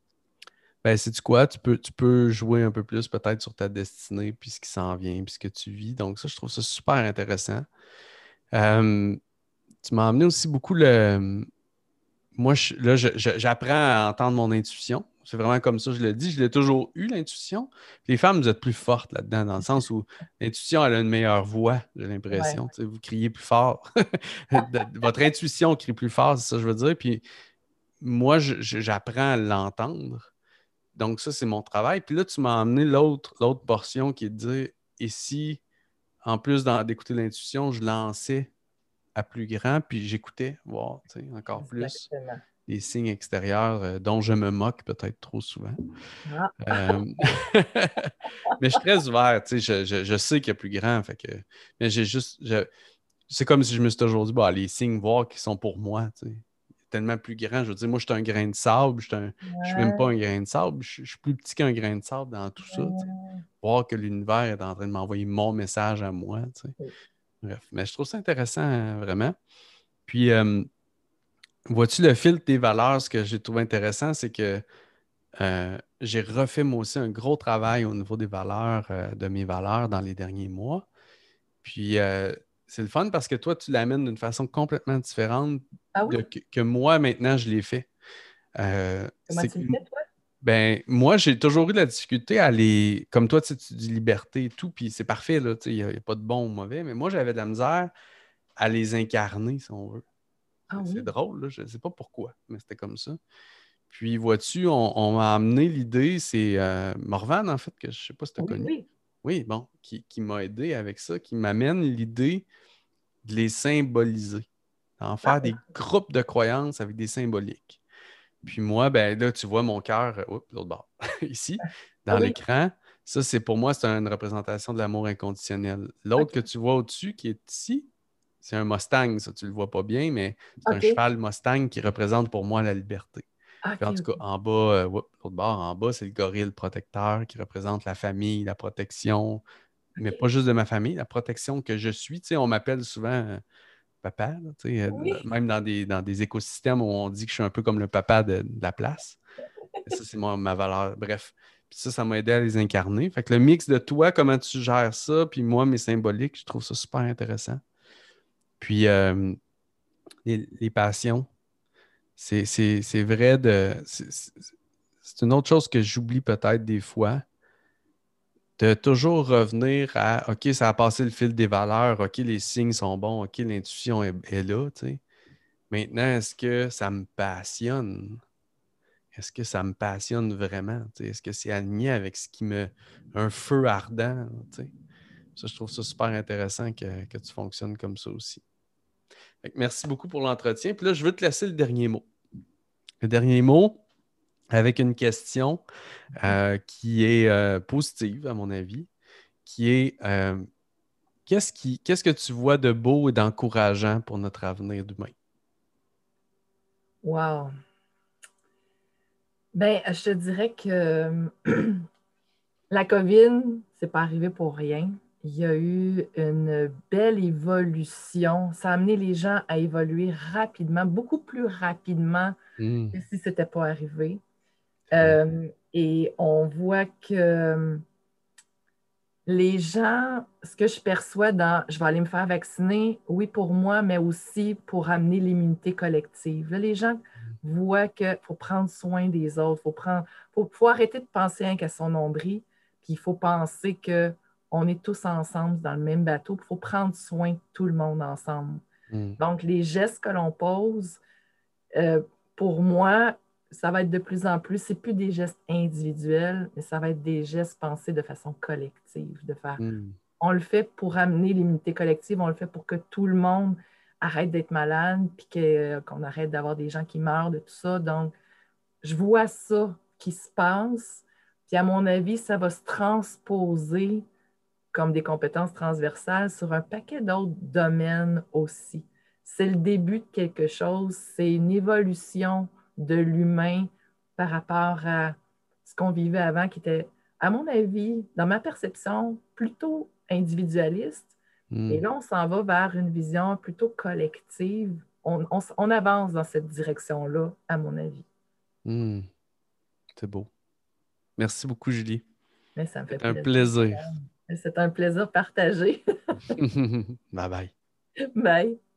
ben, sais-tu quoi, tu peux, tu peux jouer un peu plus peut-être sur ta destinée, puis ce qui s'en vient, puis ce que tu vis. Donc ça, je trouve ça super intéressant. Euh, Tu m'as amené aussi beaucoup le. Moi, je- là, je- je- j'apprends à entendre mon intuition. C'est vraiment comme ça, je le dis. Je l'ai toujours eu, l'intuition. Puis les femmes, vous êtes plus fortes là-dedans, dans le sens où l'intuition, elle a une meilleure voix, j'ai Ouais. l'impression. Tu sais, vous criez plus fort. De- Votre intuition crie plus fort, c'est ça que je veux dire. Puis moi, je- je- j'apprends à l'entendre. Donc, ça, c'est mon travail. Puis là, tu m'as amené l'autre, l'autre portion qui est de dire, et si, en plus d'en- d'écouter l'intuition, je lançais à plus grand, puis j'écoutais, voir, tu sais, encore plus Exactement. les signes extérieurs euh, dont je me moque peut-être trop souvent. Ah, Euh, Mais je suis très ouvert, tu sais, je, je- je sais qu'il y a plus grand, fait que, mais j'ai juste, je- c'est comme si je me suis toujours dit, bah, les signes, voir qui sont pour moi, tu sais. Tellement plus grand, je veux dire, moi, je suis un grain de sable, je suis un- je suis même pas ouais, un grain de sable, je, je suis plus petit qu'un grain de sable dans tout ça, tu sais. ouais. Voir que l'univers est en train de m'envoyer mon message à moi, tu sais. Oui. Bref, mais je trouve ça intéressant, hein, vraiment. Puis, euh, vois-tu le fil des valeurs, ce que j'ai trouvé intéressant, c'est que euh, j'ai refait moi aussi un gros travail au niveau des valeurs, euh, de mes valeurs dans les derniers mois. Puis euh, c'est le fun parce que toi, tu l'amènes d'une façon complètement différente Ah oui? de, que, que moi, maintenant, je l'ai fait. Euh, Comment c'est tu que, le fais, toi? ben, moi, j'ai toujours eu de la difficulté à les. Comme toi, tu sais, tu dis liberté et tout, puis c'est parfait, là, tu sais, il n'y a, il y a pas de bon ou mauvais, mais moi, j'avais de la misère à les incarner, si on veut. Ah C'est c'est oui. drôle, là, je ne sais pas pourquoi, mais c'était comme ça. Puis, vois-tu, on, on m'a amené l'idée, c'est euh, Morvan, en fait, que je ne sais pas si tu as Oui, connu. oui. Oui, bon, qui, qui m'a aidé avec ça, qui m'amène l'idée de les symboliser, d'en Ah, faire des groupes de croyances avec des symboliques. Puis moi, ben là, tu vois mon cœur, euh, oups, l'autre bord, ici. dans Oui, l'écran. Ça, c'est pour moi, c'est une représentation de l'amour inconditionnel. L'autre que OK, tu vois au-dessus, qui est ici, c'est un Mustang. Ça, tu le vois pas bien, mais c'est un OK, cheval Mustang qui représente pour moi la liberté. Puis en OK, tout cas, OK. en bas, euh, oups, l'autre bord, en bas, c'est le gorille protecteur qui représente la famille, la protection, mais OK. pas juste de ma famille, la protection que je suis. Tu sais, on m'appelle souvent euh, papa, là, tu sais, euh, Oui, même dans des, dans des écosystèmes où on dit que je suis un peu comme le papa de, de la place. Et ça, c'est moi, ma valeur. Bref. Puis ça, ça m'a aidé à les incarner. Fait que le mix de toi, comment tu gères ça, puis moi, mes symboliques, je trouve ça super intéressant. Puis euh, les, les passions, c'est c'est- c'est vrai de. C'est c'est- c'est une autre chose que j'oublie peut-être des fois, de toujours revenir à OK, ça a passé le fil des valeurs, OK, les signes sont bons, OK, l'intuition est, est là, tu sais. Maintenant, est-ce que ça me passionne? Est-ce que ça me passionne vraiment? Tu sais, est-ce que c'est aligné avec ce qui me. Un feu ardent? Tu sais? Ça, je trouve ça super intéressant que, que tu fonctionnes comme ça aussi. Fait que merci beaucoup pour l'entretien. Puis là, je veux te laisser le dernier mot. Le dernier mot avec une question euh, qui est euh, positive, à mon avis, qui est euh, qu'est-ce qui, qu'est-ce que tu vois de beau et d'encourageant pour notre avenir d'humain? wow. Ben, je te dirais que la COVID, c'est pas arrivé pour rien. Il y a eu une belle évolution. Ça a amené les gens à évoluer rapidement, beaucoup plus rapidement Hmm, que si ce n'était pas arrivé. c'est vrai. Euh, et on voit que les gens, ce que je perçois dans je vais aller me faire vacciner, oui pour moi, mais aussi pour amener l'immunité collective. Là, les gens voient qu'il faut prendre soin des autres, il faut, prendre, faut, faut arrêter de penser rien qu'à son nombril, puis il faut penser qu'on est tous ensemble dans le même bateau, il faut prendre soin de tout le monde ensemble. Hmm, Donc, les gestes que l'on pose, euh, pour moi, ça va être de plus en plus, c'est plus des gestes individuels, mais ça va être des gestes pensés de façon collective, de faire hmm, on le fait pour amener l'immunité collective, on le fait pour que tout le monde arrête d'être malade, puis que, qu'on arrête d'avoir des gens qui meurent de tout ça. Donc, je vois ça qui se passe, puis à mon avis, ça va se transposer comme des compétences transversales sur un paquet d'autres domaines aussi. C'est le début de quelque chose, c'est une évolution de l'humain par rapport à ce qu'on vivait avant, qui était, à mon avis, dans ma perception, plutôt individualiste. Et hmm, là, on s'en va vers une vision plutôt collective. On, on, on avance dans cette direction-là, à mon avis. hmm. C'est beau. Merci beaucoup, Julie. Mais ça me fait C'est un plaisir. plaisir. C'est un plaisir partagé. Bye bye. Bye.